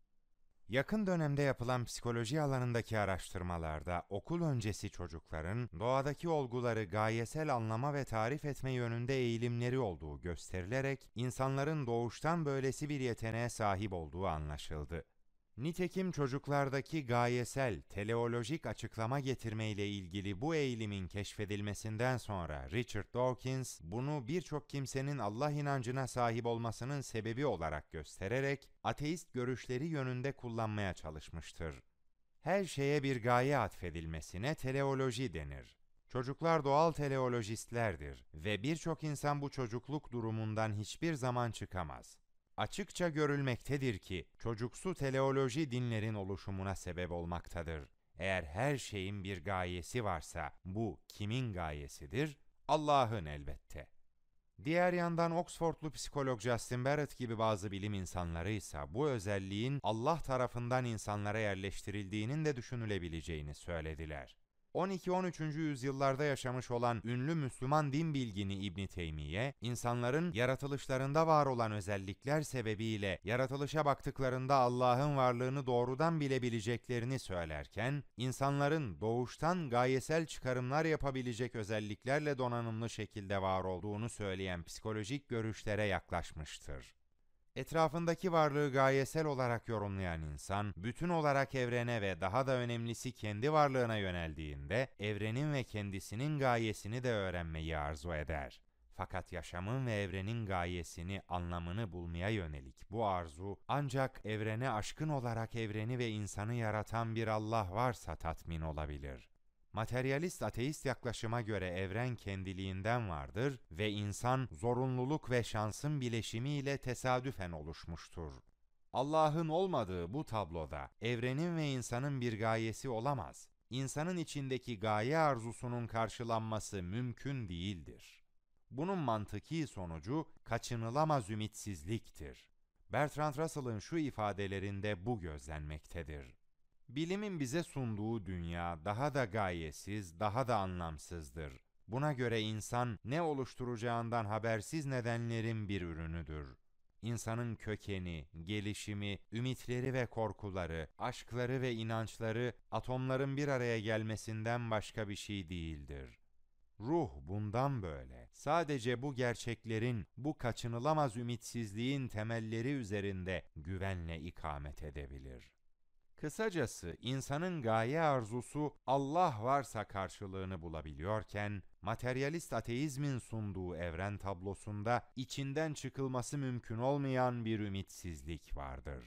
Yakın dönemde yapılan psikoloji alanındaki araştırmalarda okul öncesi çocukların doğadaki olguları gayesel anlama ve tarif etme yönünde eğilimleri olduğu gösterilerek insanların doğuştan böylesi bir yeteneğe sahip olduğu anlaşıldı. Nitekim çocuklardaki gayesel, teleolojik açıklama getirmeyle ilgili bu eğilimin keşfedilmesinden sonra Richard Dawkins, bunu birçok kimsenin Allah inancına sahip olmasının sebebi olarak göstererek, ateist görüşleri yönünde kullanmaya çalışmıştır. Her şeye bir gaye atfedilmesine teleoloji denir. Çocuklar doğal teleolojistlerdir ve birçok insan bu çocukluk durumundan hiçbir zaman çıkamaz. Açıkça görülmektedir ki çocuksu teleoloji dinlerin oluşumuna sebep olmaktadır. Eğer her şeyin bir gayesi varsa bu kimin gayesidir? Allah'ın elbette. Diğer yandan Oxfordlu psikolog Justin Barrett gibi bazı bilim insanları ise bu özelliğin Allah tarafından insanlara yerleştirildiğinin de düşünülebileceğini söylediler. on iki on üçüncü yüzyıllarda yaşamış olan ünlü Müslüman din bilgini İbn Teymiye, insanların yaratılışlarında var olan özellikler sebebiyle yaratılışa baktıklarında Allah'ın varlığını doğrudan bilebileceklerini söylerken, insanların doğuştan gayesel çıkarımlar yapabilecek özelliklerle donanımlı şekilde var olduğunu söyleyen psikolojik görüşlere yaklaşmıştır. Etrafındaki varlığı gayesel olarak yorumlayan insan, bütün olarak evrene ve daha da önemlisi kendi varlığına yöneldiğinde, evrenin ve kendisinin gayesini de öğrenmeyi arzu eder. Fakat yaşamın ve evrenin gayesini, anlamını bulmaya yönelik bu arzu, ancak evrene aşkın olarak evreni ve insanı yaratan bir Allah varsa tatmin olabilir. Materyalist ateist yaklaşıma göre evren kendiliğinden vardır ve insan zorunluluk ve şansın bileşimiyle tesadüfen oluşmuştur. Allah'ın olmadığı bu tabloda evrenin ve insanın bir gayesi olamaz. İnsanın içindeki gaye arzusunun karşılanması mümkün değildir. Bunun mantıki sonucu kaçınılamaz ümitsizliktir. Bertrand Russell'ın şu ifadelerinde bu gözlenmektedir. Bilimin bize sunduğu dünya daha da gayesiz, daha da anlamsızdır. Buna göre insan ne oluşturacağından habersiz nedenlerin bir ürünüdür. İnsanın kökeni, gelişimi, ümitleri ve korkuları, aşkları ve inançları atomların bir araya gelmesinden başka bir şey değildir. Ruh bundan böyle. Sadece bu gerçeklerin, bu kaçınılamaz ümitsizliğin temelleri üzerinde güvenle ikamet edebilir. Kısacası insanın gaye arzusu Allah varsa karşılığını bulabiliyorken, materyalist ateizmin sunduğu evren tablosunda içinden çıkılması mümkün olmayan bir ümitsizlik vardır.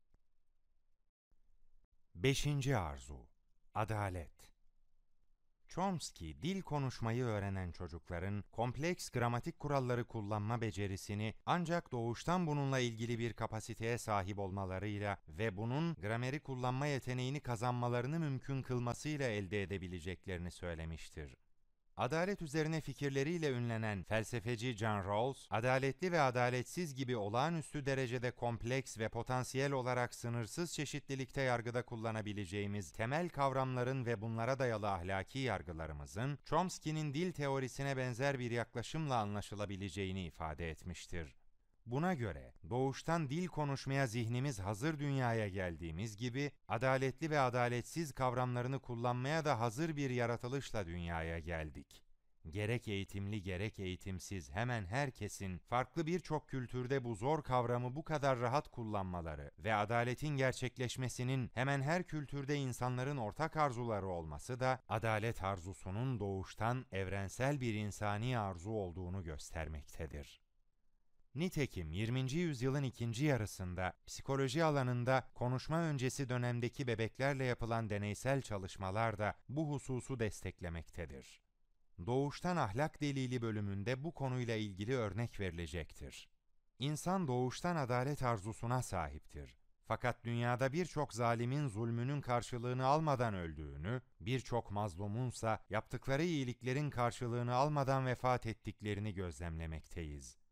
Beşinci arzu, adalet. Chomsky, dil konuşmayı öğrenen çocukların kompleks gramatik kuralları kullanma becerisini ancak doğuştan bununla ilgili bir kapasiteye sahip olmalarıyla ve bunun grameri kullanma yeteneğini kazanmalarını mümkün kılmasıyla elde edebileceklerini söylemiştir. Adalet üzerine fikirleriyle ünlenen felsefeci John Rawls, adaletli ve adaletsiz gibi olağanüstü derecede kompleks ve potansiyel olarak sınırsız çeşitlilikte yargıda kullanabileceğimiz temel kavramların ve bunlara dayalı ahlaki yargılarımızın, Chomsky'nin dil teorisine benzer bir yaklaşımla anlaşılabileceğini ifade etmiştir. Buna göre doğuştan dil konuşmaya zihnimiz hazır dünyaya geldiğimiz gibi, adaletli ve adaletsiz kavramlarını kullanmaya da hazır bir yaratılışla dünyaya geldik. Gerek eğitimli gerek eğitimsiz hemen herkesin farklı birçok kültürde bu zor kavramı bu kadar rahat kullanmaları ve adaletin gerçekleşmesinin hemen her kültürde insanların ortak arzuları olması da adalet arzusunun doğuştan evrensel bir insani arzu olduğunu göstermektedir. Nitekim yirminci yüzyılın ikinci yarısında psikoloji alanında konuşma öncesi dönemdeki bebeklerle yapılan deneysel çalışmalar da bu hususu desteklemektedir. Doğuştan ahlak delili bölümünde bu konuyla ilgili örnek verilecektir. İnsan doğuştan adalet arzusuna sahiptir. Fakat dünyada birçok zalimin zulmünün karşılığını almadan öldüğünü, birçok mazlumunsa yaptıkları iyiliklerin karşılığını almadan vefat ettiklerini gözlemlemekteyiz.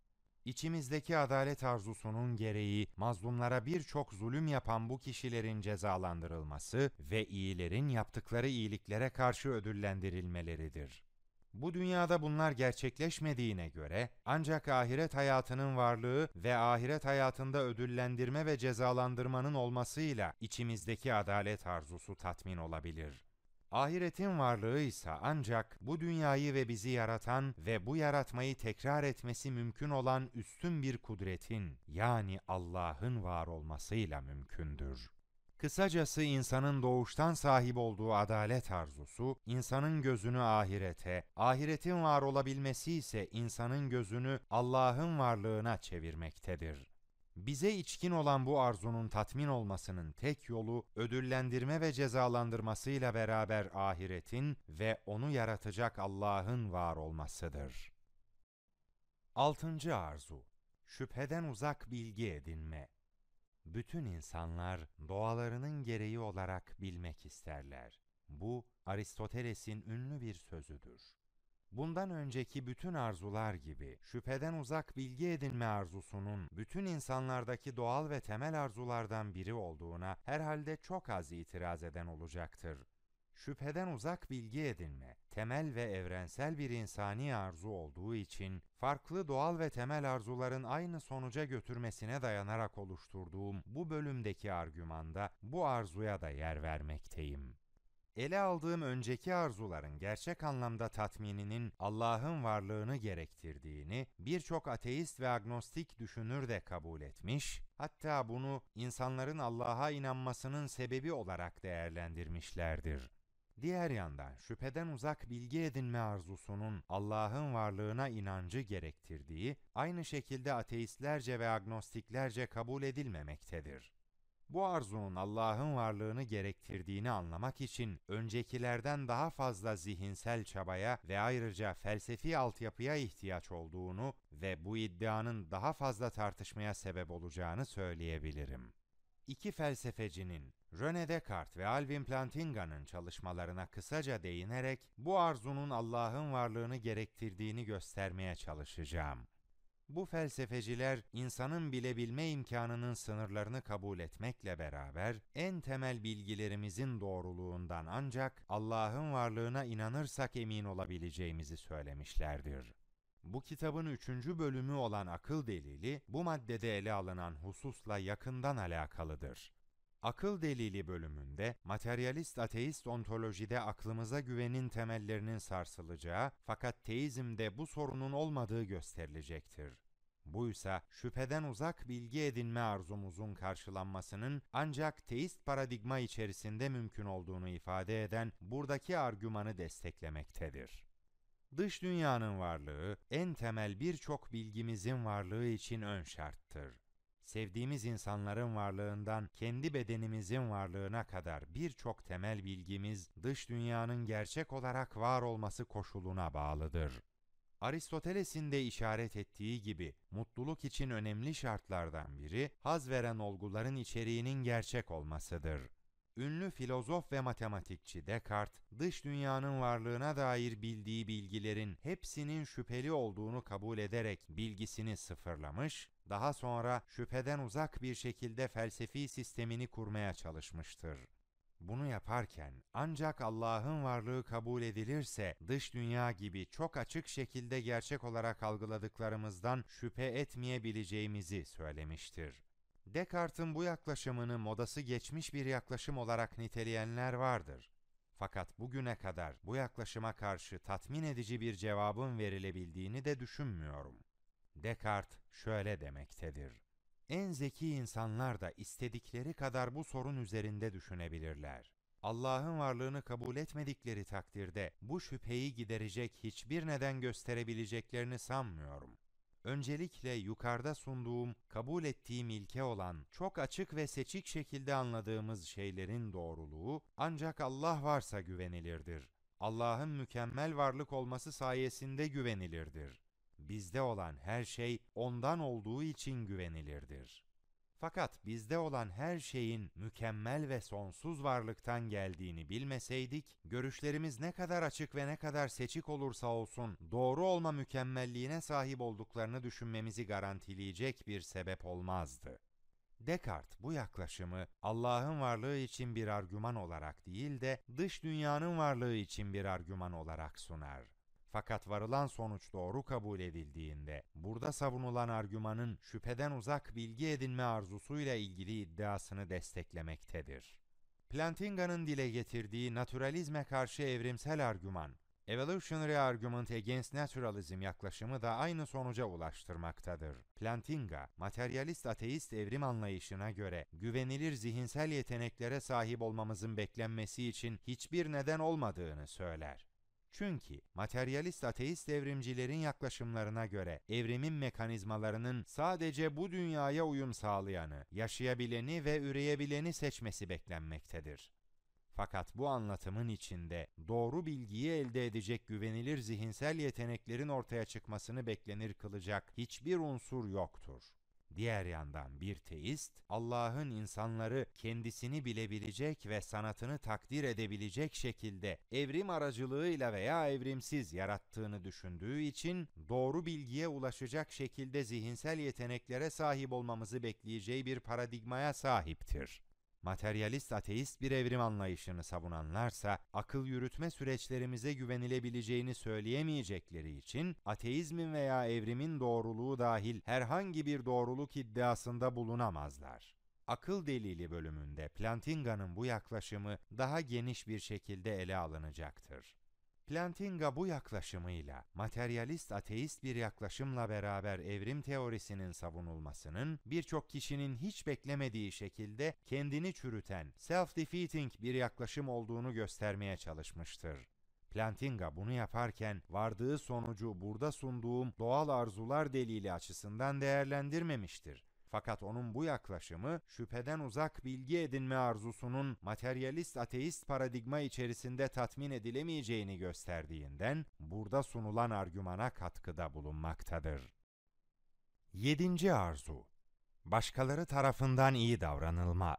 İçimizdeki adalet arzusunun gereği mazlumlara birçok zulüm yapan bu kişilerin cezalandırılması ve iyilerin yaptıkları iyiliklere karşı ödüllendirilmeleridir. Bu dünyada bunlar gerçekleşmediğine göre ancak ahiret hayatının varlığı ve ahiret hayatında ödüllendirme ve cezalandırmanın olmasıyla içimizdeki adalet arzusu tatmin olabilir. Ahiretin varlığı ise ancak bu dünyayı ve bizi yaratan ve bu yaratmayı tekrar etmesi mümkün olan üstün bir kudretin, yani Allah'ın var olmasıyla mümkündür. Kısacası insanın doğuştan sahip olduğu adalet arzusu, insanın gözünü ahirete, ahiretin var olabilmesi ise insanın gözünü Allah'ın varlığına çevirmektedir. Bize içkin olan bu arzunun tatmin olmasının tek yolu, ödüllendirme ve cezalandırmasıyla beraber ahiretin ve onu yaratacak Allah'ın var olmasıdır. Altıncı arzu, şüpheden uzak bilgi edinme. Bütün insanlar doğalarının gereği olarak bilmek isterler. Bu, Aristoteles'in ünlü bir sözüdür. Bundan önceki bütün arzular gibi şüpheden uzak bilgi edinme arzusunun bütün insanlardaki doğal ve temel arzulardan biri olduğuna herhalde çok az itiraz eden olacaktır. Şüpheden uzak bilgi edinme, temel ve evrensel bir insani arzu olduğu için farklı doğal ve temel arzuların aynı sonuca götürmesine dayanarak oluşturduğum bu bölümdeki argümanda bu arzuya da yer vermekteyim. Ele aldığım önceki arzuların gerçek anlamda tatmininin Allah'ın varlığını gerektirdiğini birçok ateist ve agnostik düşünür de kabul etmiş, hatta bunu insanların Allah'a inanmasının sebebi olarak değerlendirmişlerdir. Diğer yandan şüpheden uzak bilgi edinme arzusunun Allah'ın varlığına inancı gerektirdiği aynı şekilde ateistlerce ve agnostiklerce kabul edilmemektedir. Bu arzunun Allah'ın varlığını gerektirdiğini anlamak için öncekilerden daha fazla zihinsel çabaya ve ayrıca felsefi altyapıya ihtiyaç olduğunu ve bu iddianın daha fazla tartışmaya sebep olacağını söyleyebilirim. İki felsefecinin, René Descartes ve Alvin Plantinga'nın çalışmalarına kısaca değinerek bu arzunun Allah'ın varlığını gerektirdiğini göstermeye çalışacağım. Bu felsefeciler, insanın bilebilme imkanının sınırlarını kabul etmekle beraber, en temel bilgilerimizin doğruluğundan ancak Allah'ın varlığına inanırsak emin olabileceğimizi söylemişlerdir. Bu kitabın üçüncü bölümü olan akıl delili, bu maddede ele alınan hususla yakından alakalıdır. Akıl delili bölümünde, materyalist ateist ontolojide aklımıza güvenin temellerinin sarsılacağı, fakat teizmde bu sorunun olmadığı gösterilecektir. Buysa şüpheden uzak bilgi edinme arzumuzun karşılanmasının ancak teist paradigma içerisinde mümkün olduğunu ifade eden buradaki argümanı desteklemektedir. Dış dünyanın varlığı, en temel birçok bilgimizin varlığı için ön şarttır. Sevdiğimiz insanların varlığından kendi bedenimizin varlığına kadar birçok temel bilgimiz dış dünyanın gerçek olarak var olması koşuluna bağlıdır. Aristoteles'in de işaret ettiği gibi mutluluk için önemli şartlardan biri haz veren olguların içeriğinin gerçek olmasıdır. Ünlü filozof ve matematikçi Descartes, dış dünyanın varlığına dair bildiği bilgilerin hepsinin şüpheli olduğunu kabul ederek bilgisini sıfırlamış, daha sonra şüpheden uzak bir şekilde felsefi sistemini kurmaya çalışmıştır. Bunu yaparken ancak Allah'ın varlığı kabul edilirse dış dünya gibi çok açık şekilde gerçek olarak algıladıklarımızdan şüphe etmeyebileceğimizi söylemiştir. Descartes'in bu yaklaşımını modası geçmiş bir yaklaşım olarak niteleyenler vardır. Fakat bugüne kadar bu yaklaşıma karşı tatmin edici bir cevabın verilebildiğini de düşünmüyorum. Descartes şöyle demektedir: En zeki insanlar da istedikleri kadar bu sorun üzerinde düşünebilirler. Allah'ın varlığını kabul etmedikleri takdirde bu şüpheyi giderecek hiçbir neden gösterebileceklerini sanmıyorum. Öncelikle yukarıda sunduğum, kabul ettiğim ilke olan, çok açık ve seçik şekilde anladığımız şeylerin doğruluğu ancak Allah varsa güvenilirdir. Allah'ın mükemmel varlık olması sayesinde güvenilirdir. Bizde olan her şey ondan olduğu için güvenilirdir. Fakat bizde olan her şeyin mükemmel ve sonsuz varlıktan geldiğini bilmeseydik, görüşlerimiz ne kadar açık ve ne kadar seçik olursa olsun, doğru olma mükemmelliğine sahip olduklarını düşünmemizi garantileyecek bir sebep olmazdı. Descartes bu yaklaşımı Allah'ın varlığı için bir argüman olarak değil de dış dünyanın varlığı için bir argüman olarak sunar. Fakat varılan sonuç doğru kabul edildiğinde, burada savunulan argümanın şüpheden uzak bilgi edinme arzusuyla ilgili iddiasını desteklemektedir. Plantinga'nın dile getirdiği naturalizme karşı evrimsel argüman, Evolutionary Argument Against Naturalism yaklaşımı da aynı sonuca ulaştırmaktadır. Plantinga, materyalist ateist evrim anlayışına göre güvenilir zihinsel yeteneklere sahip olmamızın beklenmesi için hiçbir neden olmadığını söyler. Çünkü materyalist ateist evrimcilerin yaklaşımlarına göre evrimin mekanizmalarının sadece bu dünyaya uyum sağlayanı, yaşayabileni ve üreyebileni seçmesi beklenmektedir. Fakat bu anlatımın içinde doğru bilgiyi elde edecek güvenilir zihinsel yeteneklerin ortaya çıkmasını beklenir kılacak hiçbir unsur yoktur. Diğer yandan bir teist, Allah'ın insanları kendisini bilebilecek ve sanatını takdir edebilecek şekilde evrim aracılığıyla veya evrimsiz yarattığını düşündüğü için doğru bilgiye ulaşacak şekilde zihinsel yeteneklere sahip olmamızı bekleyeceği bir paradigmaya sahiptir. Materyalist ateist bir evrim anlayışını savunanlarsa, akıl yürütme süreçlerimize güvenilebileceğini söyleyemeyecekleri için, ateizmin veya evrimin doğruluğu dahil herhangi bir doğruluk iddiasında bulunamazlar. Akıl delili bölümünde Plantinga'nın bu yaklaşımı daha geniş bir şekilde ele alınacaktır. Plantinga bu yaklaşımıyla materyalist ateist bir yaklaşımla beraber evrim teorisinin savunulmasının birçok kişinin hiç beklemediği şekilde kendini çürüten, self-defeating bir yaklaşım olduğunu göstermeye çalışmıştır. Plantinga bunu yaparken vardığı sonucu burada sunduğum doğal arzular delili açısından değerlendirmemiştir. Fakat onun bu yaklaşımı, şüpheden uzak bilgi edinme arzusunun materyalist ateist paradigma içerisinde tatmin edilemeyeceğini gösterdiğinden, burada sunulan argümana katkıda bulunmaktadır. Yedinci arzu, başkaları tarafından iyi davranılma.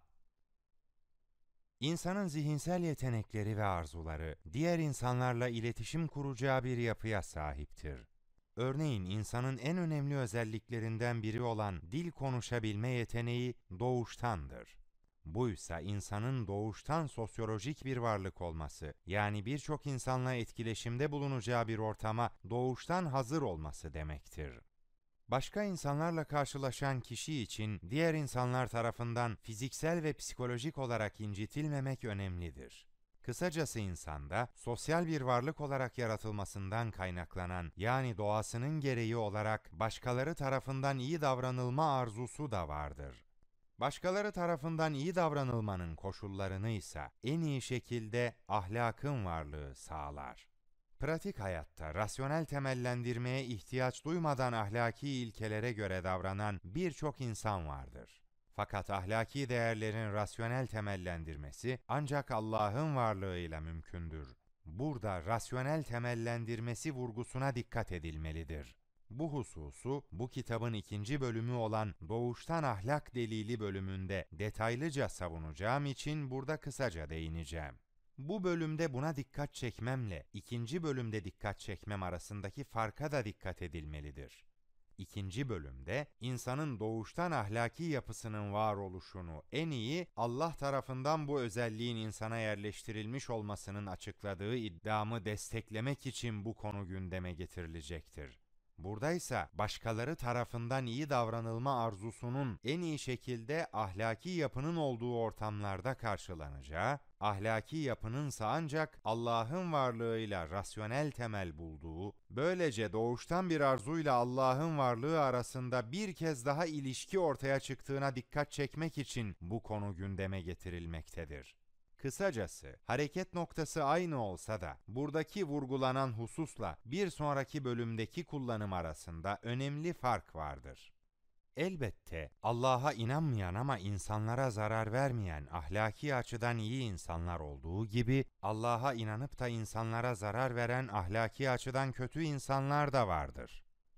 İnsanın zihinsel yetenekleri ve arzuları, diğer insanlarla iletişim kuracağı bir yapıya sahiptir. Örneğin insanın en önemli özelliklerinden biri olan dil konuşabilme yeteneği doğuştandır. Buysa insanın doğuştan sosyolojik bir varlık olması, yani birçok insanla etkileşimde bulunacağı bir ortama doğuştan hazır olması demektir. Başka insanlarla karşılaşan kişi için diğer insanlar tarafından fiziksel ve psikolojik olarak incitilmemek önemlidir. Kısacası insanda sosyal bir varlık olarak yaratılmasından kaynaklanan, yani doğasının gereği olarak başkaları tarafından iyi davranılma arzusu da vardır. Başkaları tarafından iyi davranılmanın koşullarını ise en iyi şekilde ahlakın varlığı sağlar. Pratik hayatta rasyonel temellendirmeye ihtiyaç duymadan ahlaki ilkelere göre davranan birçok insan vardır. Fakat ahlaki değerlerin rasyonel temellendirmesi ancak Allah'ın varlığıyla mümkündür. Burada rasyonel temellendirmesi vurgusuna dikkat edilmelidir. Bu hususu bu kitabın ikinci bölümü olan Doğuştan Ahlak Delili bölümünde detaylıca savunacağım için burada kısaca değineceğim. Bu bölümde buna dikkat çekmemle ikinci bölümde dikkat çekmem arasındaki farka da dikkat edilmelidir. İkinci bölümde insanın doğuştan ahlaki yapısının varoluşunu en iyi Allah tarafından bu özelliğin insana yerleştirilmiş olmasının açıkladığı iddiamı desteklemek için bu konu gündeme getirilecektir. Buradaysa başkaları tarafından iyi davranılma arzusunun en iyi şekilde ahlaki yapının olduğu ortamlarda karşılanacağı, ahlaki yapınınsa ancak Allah'ın varlığıyla rasyonel temel bulduğu, böylece doğuştan bir arzuyla Allah'ın varlığı arasında bir kez daha ilişki ortaya çıktığına dikkat çekmek için bu konu gündeme getirilmektedir. Kısacası, hareket noktası aynı olsa da, buradaki vurgulanan hususla bir sonraki bölümdeki kullanım arasında önemli fark vardır. Elbette, Allah'a inanmayan ama insanlara zarar vermeyen ahlaki açıdan iyi insanlar olduğu gibi, Allah'a inanıp da insanlara zarar veren ahlaki açıdan kötü insanlar da vardır.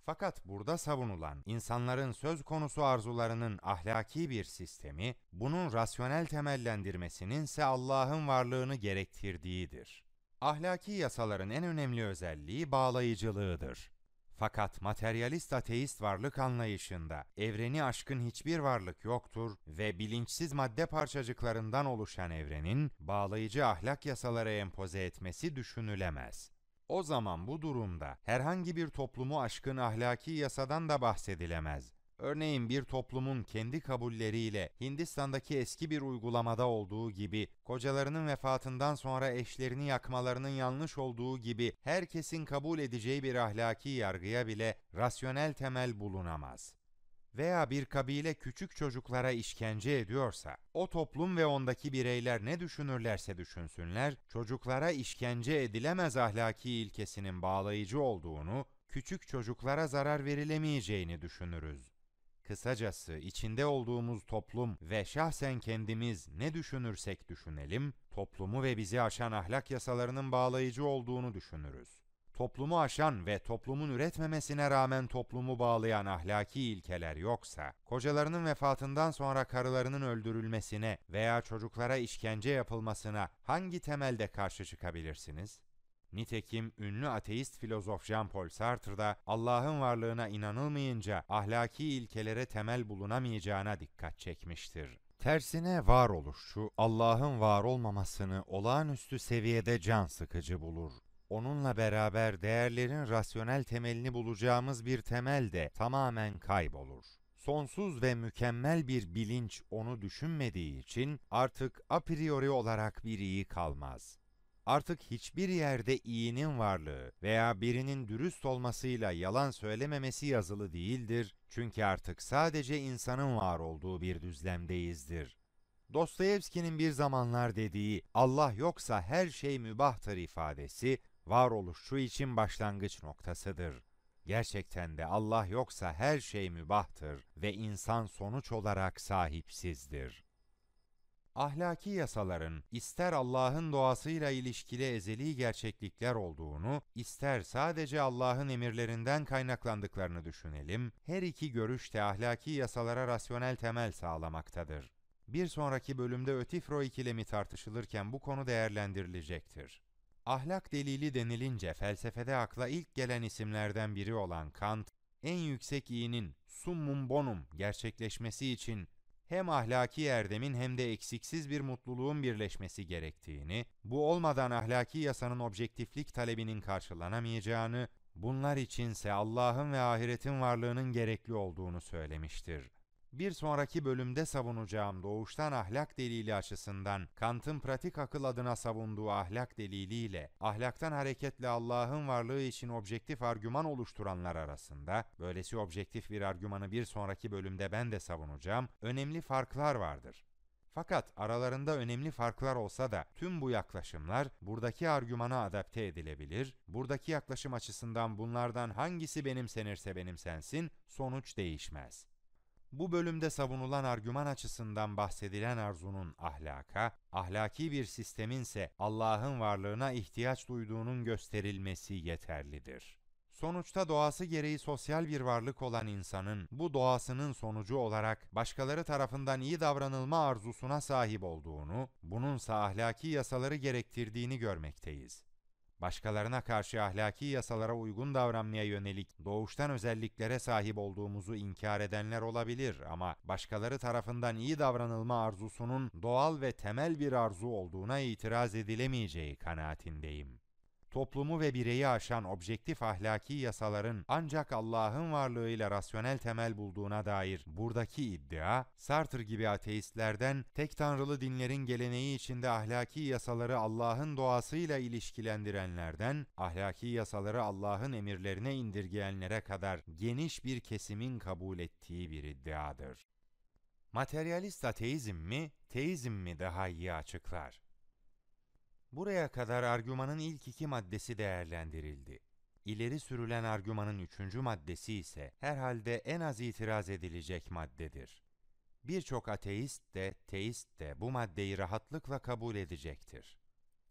Fakat burada savunulan insanların söz konusu arzularının ahlaki bir sistemi, bunun rasyonel temellendirmesinin ise Allah'ın varlığını gerektirdiğidir. Ahlaki yasaların en önemli özelliği bağlayıcılığıdır. Fakat materyalist ateist varlık anlayışında evreni aşkın hiçbir varlık yoktur ve bilinçsiz madde parçacıklarından oluşan evrenin bağlayıcı ahlak yasaları empoze etmesi düşünülemez. O zaman bu durumda herhangi bir toplumu aşkın ahlaki yasadan da bahsedilemez. Örneğin bir toplumun kendi kabulleriyle Hindistan'daki eski bir uygulamada olduğu gibi, kocalarının vefatından sonra eşlerini yakmalarının yanlış olduğu gibi herkesin kabul edeceği bir ahlaki yargıya bile rasyonel temel bulunamaz. Veya bir kabile küçük çocuklara işkence ediyorsa, o toplum ve ondaki bireyler ne düşünürlerse düşünsünler, çocuklara işkence edilemez ahlaki ilkesinin bağlayıcı olduğunu, küçük çocuklara zarar verilemeyeceğini düşünürüz. Kısacası içinde olduğumuz toplum ve şahsen kendimiz ne düşünürsek düşünelim, toplumu ve bizi aşan ahlak yasalarının bağlayıcı olduğunu düşünürüz. Toplumu aşan ve toplumun üretmemesine rağmen toplumu bağlayan ahlaki ilkeler yoksa, kocalarının vefatından sonra karılarının öldürülmesine veya çocuklara işkence yapılmasına hangi temelde karşı çıkabilirsiniz? Nitekim ünlü ateist filozof Jean-Paul Sartre da Allah'ın varlığına inanılmayınca ahlaki ilkelere temel bulunamayacağına dikkat çekmiştir. Tersine varoluşçu, Allah'ın var olmamasını olağanüstü seviyede can sıkıcı bulur. Onunla beraber değerlerin rasyonel temelini bulacağımız bir temel de tamamen kaybolur. Sonsuz ve mükemmel bir bilinç onu düşünmediği için artık a priori olarak bir iyi kalmaz. Artık hiçbir yerde iyinin varlığı veya birinin dürüst olmasıyla yalan söylememesi yazılı değildir, çünkü artık sadece insanın var olduğu bir düzlemdeyizdir. Dostoyevski'nin bir zamanlar dediği "Allah yoksa her şey mübahtır" ifadesi, varoluşçu için başlangıç noktasıdır. Gerçekten de Allah yoksa her şey mübahtır ve insan sonuç olarak sahipsizdir. Ahlaki yasaların ister Allah'ın doğasıyla ilişkili ezeli gerçeklikler olduğunu, ister sadece Allah'ın emirlerinden kaynaklandıklarını düşünelim, her iki görüş de ahlaki yasalara rasyonel temel sağlamaktadır. Bir sonraki bölümde Ötifro ikilemi tartışılırken bu konu değerlendirilecektir. Ahlak delili denilince felsefede akla ilk gelen isimlerden biri olan Kant, en yüksek iyinin summum bonum gerçekleşmesi için hem ahlaki erdemin hem de eksiksiz bir mutluluğun birleşmesi gerektiğini, bu olmadan ahlaki yasanın objektiflik talebinin karşılanamayacağını, bunlar içinse Allah'ın ve ahiretin varlığının gerekli olduğunu söylemiştir. Bir sonraki bölümde savunacağım doğuştan ahlak delili açısından Kant'ın pratik akıl adına savunduğu ahlak deliliyle ahlaktan hareketle Allah'ın varlığı için objektif argüman oluşturanlar arasında, böylesi objektif bir argümanı bir sonraki bölümde ben de savunacağım, önemli farklar vardır. Fakat aralarında önemli farklar olsa da tüm bu yaklaşımlar buradaki argümana adapte edilebilir, buradaki yaklaşım açısından bunlardan hangisi benimsenirse benimsensin, sonuç değişmez. Bu bölümde savunulan argüman açısından bahsedilen arzunun ahlaka, ahlaki bir sisteminse Allah'ın varlığına ihtiyaç duyduğunun gösterilmesi yeterlidir. Sonuçta doğası gereği sosyal bir varlık olan insanın bu doğasının sonucu olarak başkaları tarafından iyi davranılma arzusuna sahip olduğunu, bununsa ahlaki yasaları gerektirdiğini görmekteyiz. Başkalarına karşı ahlaki yasalara uygun davranmaya yönelik doğuştan özelliklere sahip olduğumuzu inkar edenler olabilir ama başkaları tarafından iyi davranılma arzusunun doğal ve temel bir arzu olduğuna itiraz edilemeyeceği kanaatindeyim. Toplumu ve bireyi aşan objektif ahlaki yasaların ancak Allah'ın varlığıyla rasyonel temel bulduğuna dair buradaki iddia, Sartre gibi ateistlerden tek tanrılı dinlerin geleneği içinde ahlaki yasaları Allah'ın doğasıyla ilişkilendirenlerden, ahlaki yasaları Allah'ın emirlerine indirgeyenlere kadar geniş bir kesimin kabul ettiği bir iddiadır. Materyalist ateizm mi, teizm mi daha iyi açıklar? Buraya kadar argümanın ilk iki maddesi değerlendirildi. İleri sürülen argümanın üçüncü maddesi ise herhalde en az itiraz edilecek maddedir. Birçok ateist de, teist de bu maddeyi rahatlıkla kabul edecektir.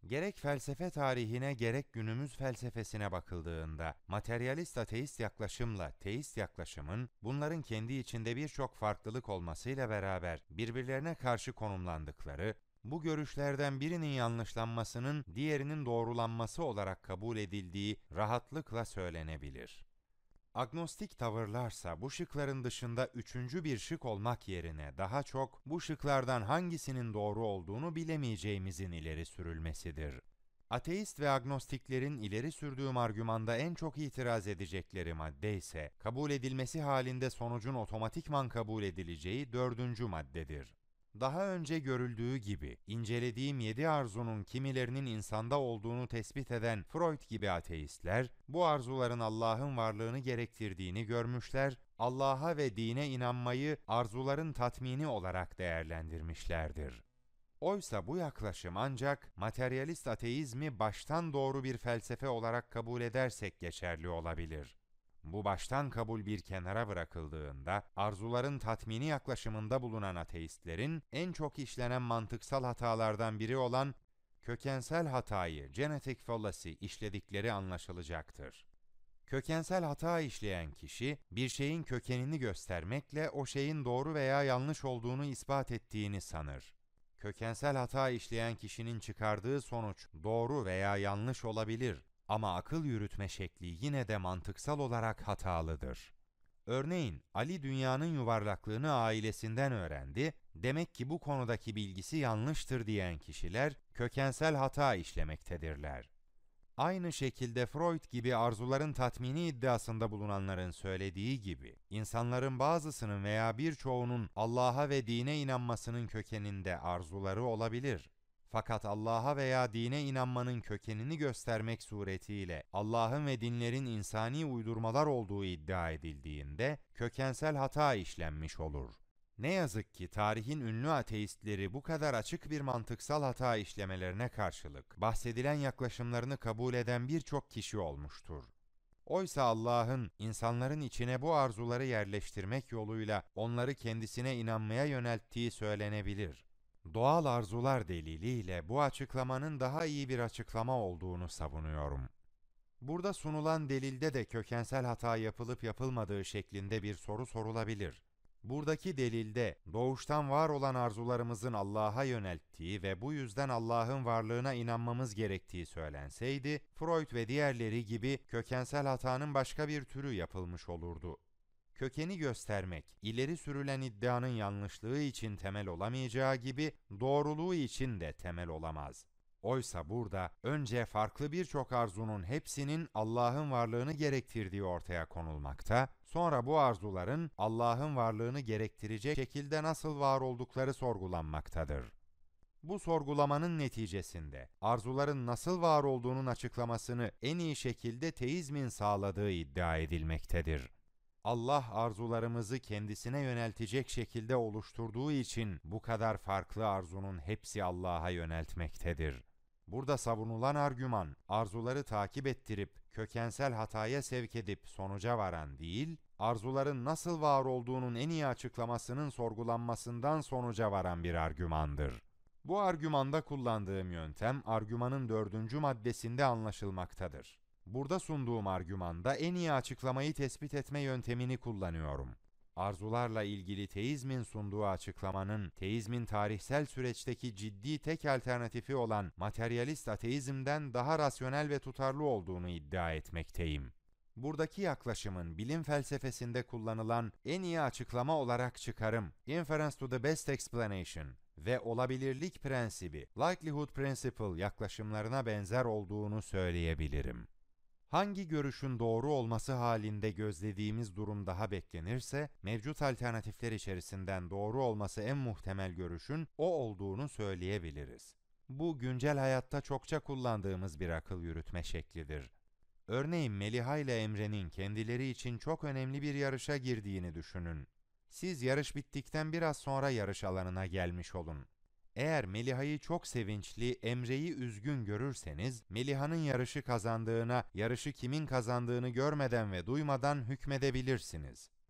Gerek felsefe tarihine gerek günümüz felsefesine bakıldığında, materyalist ateist yaklaşımla teist yaklaşımın, bunların kendi içinde birçok farklılık olmasıyla beraber birbirlerine karşı konumlandıkları, bu görüşlerden birinin yanlışlanmasının diğerinin doğrulanması olarak kabul edildiği rahatlıkla söylenebilir. Agnostik tavırlarsa bu şıkların dışında üçüncü bir şık olmak yerine daha çok bu şıklardan hangisinin doğru olduğunu bilemeyeceğimizin ileri sürülmesidir. Ateist ve agnostiklerin ileri sürdüğüm argümanda en çok itiraz edecekleri madde ise kabul edilmesi halinde sonucun otomatikman kabul edileceği dördüncü maddedir. Daha önce görüldüğü gibi, incelediğim yedi arzunun kimilerinin insanda olduğunu tespit eden Freud gibi ateistler, bu arzuların Allah'ın varlığını gerektirdiğini görmüşler, Allah'a ve dine inanmayı arzuların tatmini olarak değerlendirmişlerdir. Oysa bu yaklaşım ancak materyalist ateizmi baştan doğru bir felsefe olarak kabul edersek geçerli olabilir. Bu baştan kabul bir kenara bırakıldığında, arzuların tatmini yaklaşımında bulunan ateistlerin en çok işlenen mantıksal hatalardan biri olan kökensel hatayı, genetic fallacy işledikleri anlaşılacaktır. Kökensel hata işleyen kişi, bir şeyin kökenini göstermekle o şeyin doğru veya yanlış olduğunu ispat ettiğini sanır. Kökensel hata işleyen kişinin çıkardığı sonuç doğru veya yanlış olabilir. Ama akıl yürütme şekli yine de mantıksal olarak hatalıdır. Örneğin, Ali dünyanın yuvarlaklığını ailesinden öğrendi, demek ki bu konudaki bilgisi yanlıştır diyen kişiler, kökensel hata işlemektedirler. Aynı şekilde Freud gibi arzuların tatmini iddiasında bulunanların söylediği gibi, insanların bazısının veya birçoğunun Allah'a ve dine inanmasının kökeninde arzuları olabilir. Fakat Allah'a veya dine inanmanın kökenini göstermek suretiyle Allah'ın ve dinlerin insani uydurmalar olduğu iddia edildiğinde kökensel hata işlenmiş olur. Ne yazık ki tarihin ünlü ateistleri bu kadar açık bir mantıksal hata işlemelerine karşılık bahsedilen yaklaşımlarını kabul eden birçok kişi olmuştur. Oysa Allah'ın insanların içine bu arzuları yerleştirmek yoluyla onları kendisine inanmaya yönelttiği söylenebilir. Doğal arzular deliliyle bu açıklamanın daha iyi bir açıklama olduğunu savunuyorum. Burada sunulan delilde de kökensel hata yapılıp yapılmadığı şeklinde bir soru sorulabilir. Buradaki delilde doğuştan var olan arzularımızın Allah'a yönelttiği ve bu yüzden Allah'ın varlığına inanmamız gerektiği söylenseydi, Freud ve diğerleri gibi kökensel hatanın başka bir türü yapılmış olurdu. Kökeni göstermek, ileri sürülen iddianın yanlışlığı için temel olamayacağı gibi doğruluğu için de temel olamaz. Oysa burada önce farklı birçok arzunun hepsinin Allah'ın varlığını gerektirdiği ortaya konulmakta, sonra bu arzuların Allah'ın varlığını gerektirecek şekilde nasıl var oldukları sorgulanmaktadır. Bu sorgulamanın neticesinde arzuların nasıl var olduğunun açıklamasını en iyi şekilde teizmin sağladığı iddia edilmektedir. Allah arzularımızı kendisine yöneltecek şekilde oluşturduğu için bu kadar farklı arzunun hepsi Allah'a yöneltmektedir. Burada savunulan argüman, arzuları takip ettirip, kökensel hataya sevk edip sonuca varan değil, arzuların nasıl var olduğunun en iyi açıklamasının sorgulanmasından sonuca varan bir argümandır. Bu argümanda kullandığım yöntem, argümanın dördüncü maddesinde anlaşılmaktadır. Burada sunduğum argümanda en iyi açıklamayı tespit etme yöntemini kullanıyorum. Arzularla ilgili teizmin sunduğu açıklamanın, teizmin tarihsel süreçteki ciddi tek alternatifi olan materyalist ateizmden daha rasyonel ve tutarlı olduğunu iddia etmekteyim. Buradaki yaklaşımın bilim felsefesinde kullanılan en iyi açıklama olarak çıkarım, inference to the best explanation ve olabilirlik prensibi, likelihood principle yaklaşımlarına benzer olduğunu söyleyebilirim. Hangi görüşün doğru olması halinde gözlediğimiz durum daha beklenirse, mevcut alternatifler içerisinden doğru olması en muhtemel görüşün o olduğunu söyleyebiliriz. Bu güncel hayatta çokça kullandığımız bir akıl yürütme şeklidir. Örneğin Meliha ile Emre'nin kendileri için çok önemli bir yarışa girdiğini düşünün. Siz yarış bittikten biraz sonra yarış alanına gelmiş olun. Eğer Meliha'yı çok sevinçli, Emre'yi üzgün görürseniz, Meliha'nın yarışı kazandığına, yarışı kimin kazandığını görmeden ve duymadan hükmedebilirsiniz.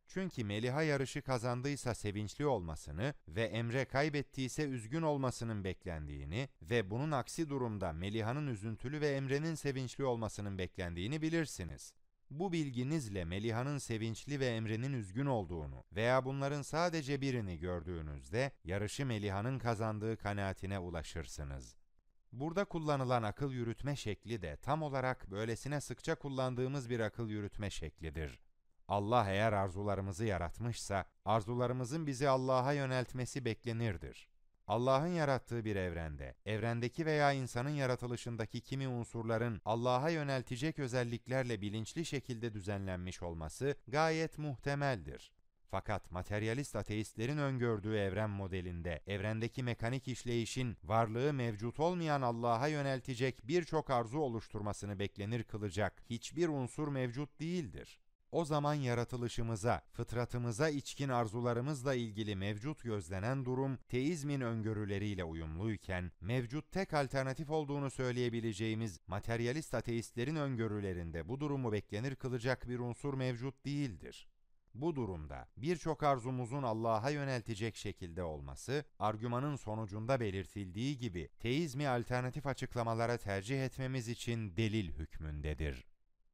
Çünkü Meliha yarışı kazandıysa sevinçli olmasını ve Emre kaybettiyse üzgün olmasının beklendiğini ve bunun aksi durumda Meliha'nın üzüntülü ve Emre'nin sevinçli olmasının beklendiğini bilirsiniz. Bu bilginizle Meliha'nın sevinçli ve Emre'nin üzgün olduğunu veya bunların sadece birini gördüğünüzde yarışı Meliha'nın kazandığı kanaatine ulaşırsınız. Burada kullanılan akıl yürütme şekli de tam olarak böylesine sıkça kullandığımız bir akıl yürütme şeklidir. Allah eğer arzularımızı yaratmışsa, arzularımızın bizi Allah'a yöneltmesi beklenirdir. Allah'ın yarattığı bir evrende, evrendeki veya insanın yaratılışındaki kimi unsurların Allah'a yöneltecek özelliklerle bilinçli şekilde düzenlenmiş olması gayet muhtemeldir. Fakat materyalist ateistlerin öngördüğü evren modelinde, evrendeki mekanik işleyişin varlığı mevcut olmayan Allah'a yöneltecek birçok arzu oluşturmasını beklenir kılacak hiçbir unsur mevcut değildir. O zaman yaratılışımıza, fıtratımıza içkin arzularımızla ilgili mevcut gözlenen durum, teizmin öngörüleriyle uyumluyken, mevcut tek alternatif olduğunu söyleyebileceğimiz materyalist ateistlerin öngörülerinde bu durumu beklenir kılacak bir unsur mevcut değildir. Bu durumda birçok arzumuzun Allah'a yöneltecek şekilde olması, argümanın sonucunda belirtildiği gibi teizmi alternatif açıklamalara tercih etmemiz için delil hükmündedir.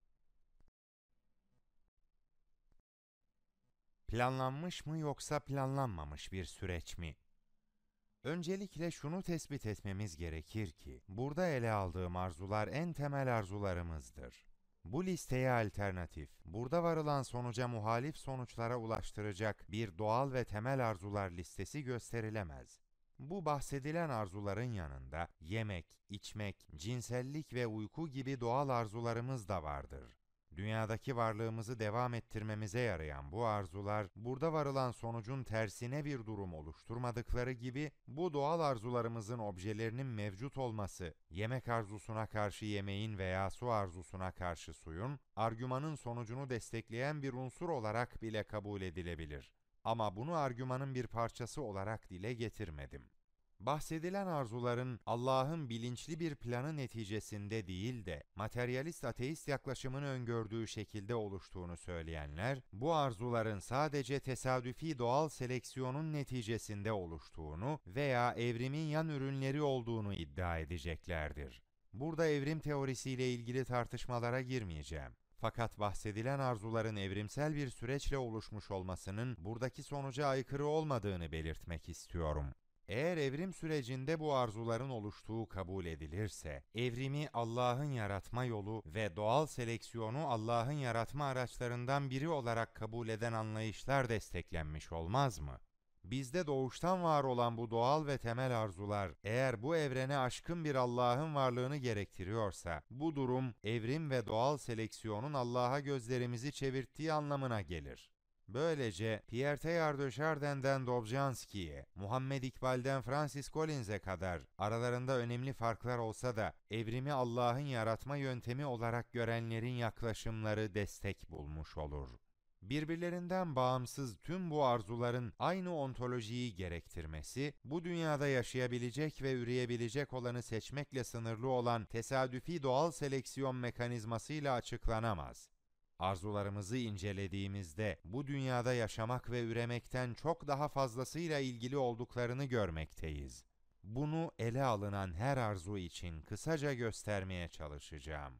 Planlanmış mı yoksa planlanmamış bir süreç mi? Öncelikle şunu tespit etmemiz gerekir ki, burada ele aldığım arzular en temel arzularımızdır. Bu listeye alternatif, burada varılan sonuca muhalif sonuçlara ulaştıracak bir doğal ve temel arzular listesi gösterilemez. Bu bahsedilen arzuların yanında yemek, içmek, cinsellik ve uyku gibi doğal arzularımız da vardır. Dünyadaki varlığımızı devam ettirmemize yarayan bu arzular, burada varılan sonucun tersine bir durum oluşturmadıkları gibi, bu doğal arzularımızın objelerinin mevcut olması, yemek arzusuna karşı yemeğin veya su arzusuna karşı suyun, argümanın sonucunu destekleyen bir unsur olarak bile kabul edilebilir. Ama bunu argümanın bir parçası olarak dile getirmedim. Bahsedilen arzuların Allah'ın bilinçli bir planı neticesinde değil de materyalist ateist yaklaşımını öngördüğü şekilde oluştuğunu söyleyenler, bu arzuların sadece tesadüfi doğal seleksiyonun neticesinde oluştuğunu veya evrimin yan ürünleri olduğunu iddia edeceklerdir. Burada evrim teorisiyle ilgili tartışmalara girmeyeceğim. Fakat bahsedilen arzuların evrimsel bir süreçle oluşmuş olmasının buradaki sonuca aykırı olmadığını belirtmek istiyorum. Eğer evrim sürecinde bu arzuların oluştuğu kabul edilirse, evrimi Allah'ın yaratma yolu ve doğal seleksiyonu Allah'ın yaratma araçlarından biri olarak kabul eden anlayışlar desteklenmiş olmaz mı? Bizde doğuştan var olan bu doğal ve temel arzular, eğer bu evrene aşkın bir Allah'ın varlığını gerektiriyorsa, bu durum, evrim ve doğal seleksiyonun Allah'a gözlerimizi çevirttiği anlamına gelir. Böylece Pierre Teilhard de Chardin'den Dobzhansky'ye, Muhammed İkbal'den Francis Collins'e kadar aralarında önemli farklar olsa da evrimi Allah'ın yaratma yöntemi olarak görenlerin yaklaşımları destek bulmuş olur. Birbirlerinden bağımsız tüm bu arzuların aynı ontolojiyi gerektirmesi, bu dünyada yaşayabilecek ve üreyebilecek olanı seçmekle sınırlı olan tesadüfi doğal seleksiyon mekanizmasıyla açıklanamaz. Arzularımızı incelediğimizde bu dünyada yaşamak ve üremekten çok daha fazlasıyla ilgili olduklarını görmekteyiz. Bunu ele alınan her arzu için kısaca göstermeye çalışacağım.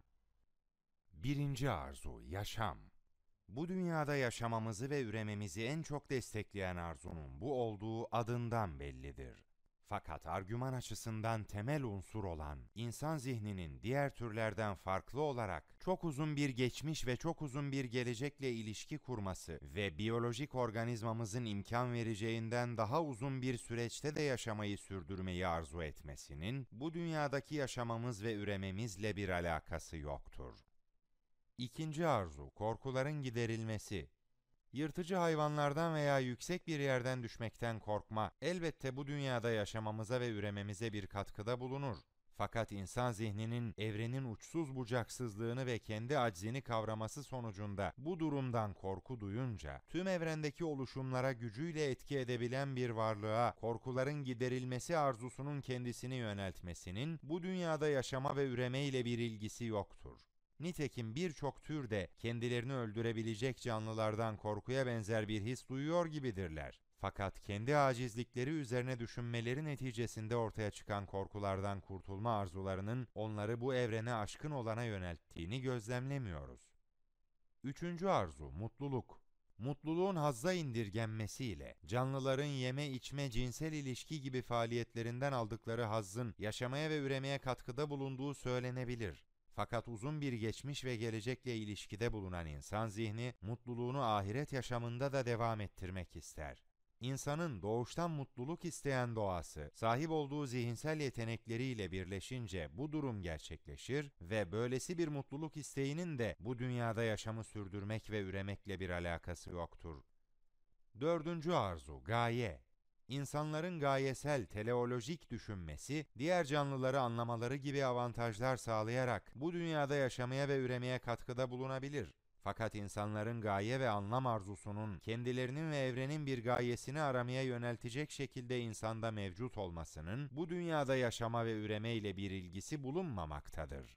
Birinci arzu, yaşam. Bu dünyada yaşamamızı ve ürememizi en çok destekleyen arzunun bu olduğu adından bellidir. Fakat argüman açısından temel unsur olan, insan zihninin diğer türlerden farklı olarak çok uzun bir geçmiş ve çok uzun bir gelecekle ilişki kurması ve biyolojik organizmamızın imkan vereceğinden daha uzun bir süreçte de yaşamayı sürdürmeyi arzu etmesinin, bu dünyadaki yaşamamız ve ürememizle bir alakası yoktur. İkinci arzu, korkuların giderilmesi. Yırtıcı hayvanlardan veya yüksek bir yerden düşmekten korkma, elbette bu dünyada yaşamamıza ve ürememize bir katkıda bulunur. Fakat insan zihninin evrenin uçsuz bucaksızlığını ve kendi aczini kavraması sonucunda bu durumdan korku duyunca, tüm evrendeki oluşumlara gücüyle etki edebilen bir varlığa korkuların giderilmesi arzusunun kendisini yöneltmesinin bu dünyada yaşama ve üreme ile bir ilgisi yoktur. Nitekim birçok tür de kendilerini öldürebilecek canlılardan korkuya benzer bir his duyuyor gibidirler. Fakat kendi acizlikleri üzerine düşünmeleri neticesinde ortaya çıkan korkulardan kurtulma arzularının onları bu evrene aşkın olana yönelttiğini gözlemlemiyoruz. Üçüncü arzu, mutluluk. Mutluluğun hazza indirgenmesiyle, canlıların yeme, içme, cinsel ilişki gibi faaliyetlerinden aldıkları hazzın yaşamaya ve üremeye katkıda bulunduğu söylenebilir. Fakat uzun bir geçmiş ve gelecekle ilişkide bulunan insan zihni, mutluluğunu ahiret yaşamında da devam ettirmek ister. İnsanın doğuştan mutluluk isteyen doğası, sahip olduğu zihinsel yetenekleriyle birleşince bu durum gerçekleşir ve böylesi bir mutluluk isteğinin de bu dünyada yaşamı sürdürmek ve üremekle bir alakası yoktur. Dördüncü arzu, gaye. İnsanların gayesel, teleolojik düşünmesi, diğer canlıları anlamaları gibi avantajlar sağlayarak bu dünyada yaşamaya ve üremeye katkıda bulunabilir. Fakat insanların gaye ve anlam arzusunun kendilerinin ve evrenin bir gayesini aramaya yöneltecek şekilde insanda mevcut olmasının bu dünyada yaşama ve üreme ile bir ilgisi bulunmamaktadır.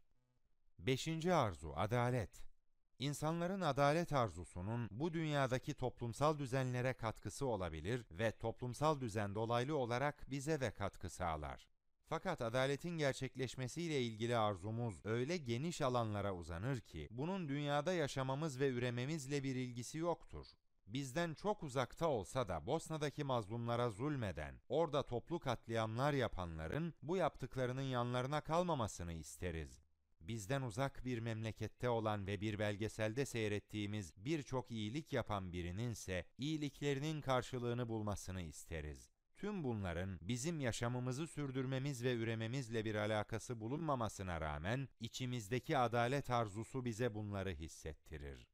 Beşinci arzu, adalet. İnsanların adalet arzusunun bu dünyadaki toplumsal düzenlere katkısı olabilir ve toplumsal düzen dolaylı olarak bize de katkı sağlar. Fakat adaletin gerçekleşmesiyle ilgili arzumuz öyle geniş alanlara uzanır ki, bunun dünyada yaşamamız ve ürememizle bir ilgisi yoktur. Bizden çok uzakta olsa da Bosna'daki mazlumlara zulmeden, orada toplu katliamlar yapanların bu yaptıklarının yanlarına kalmamasını isteriz. Bizden uzak bir memlekette olan ve bir belgeselde seyrettiğimiz birçok iyilik yapan birininse iyiliklerinin karşılığını bulmasını isteriz. Tüm bunların bizim yaşamımızı sürdürmemiz ve ürememizle bir alakası bulunmamasına rağmen içimizdeki adalet arzusu bize bunları hissettirir.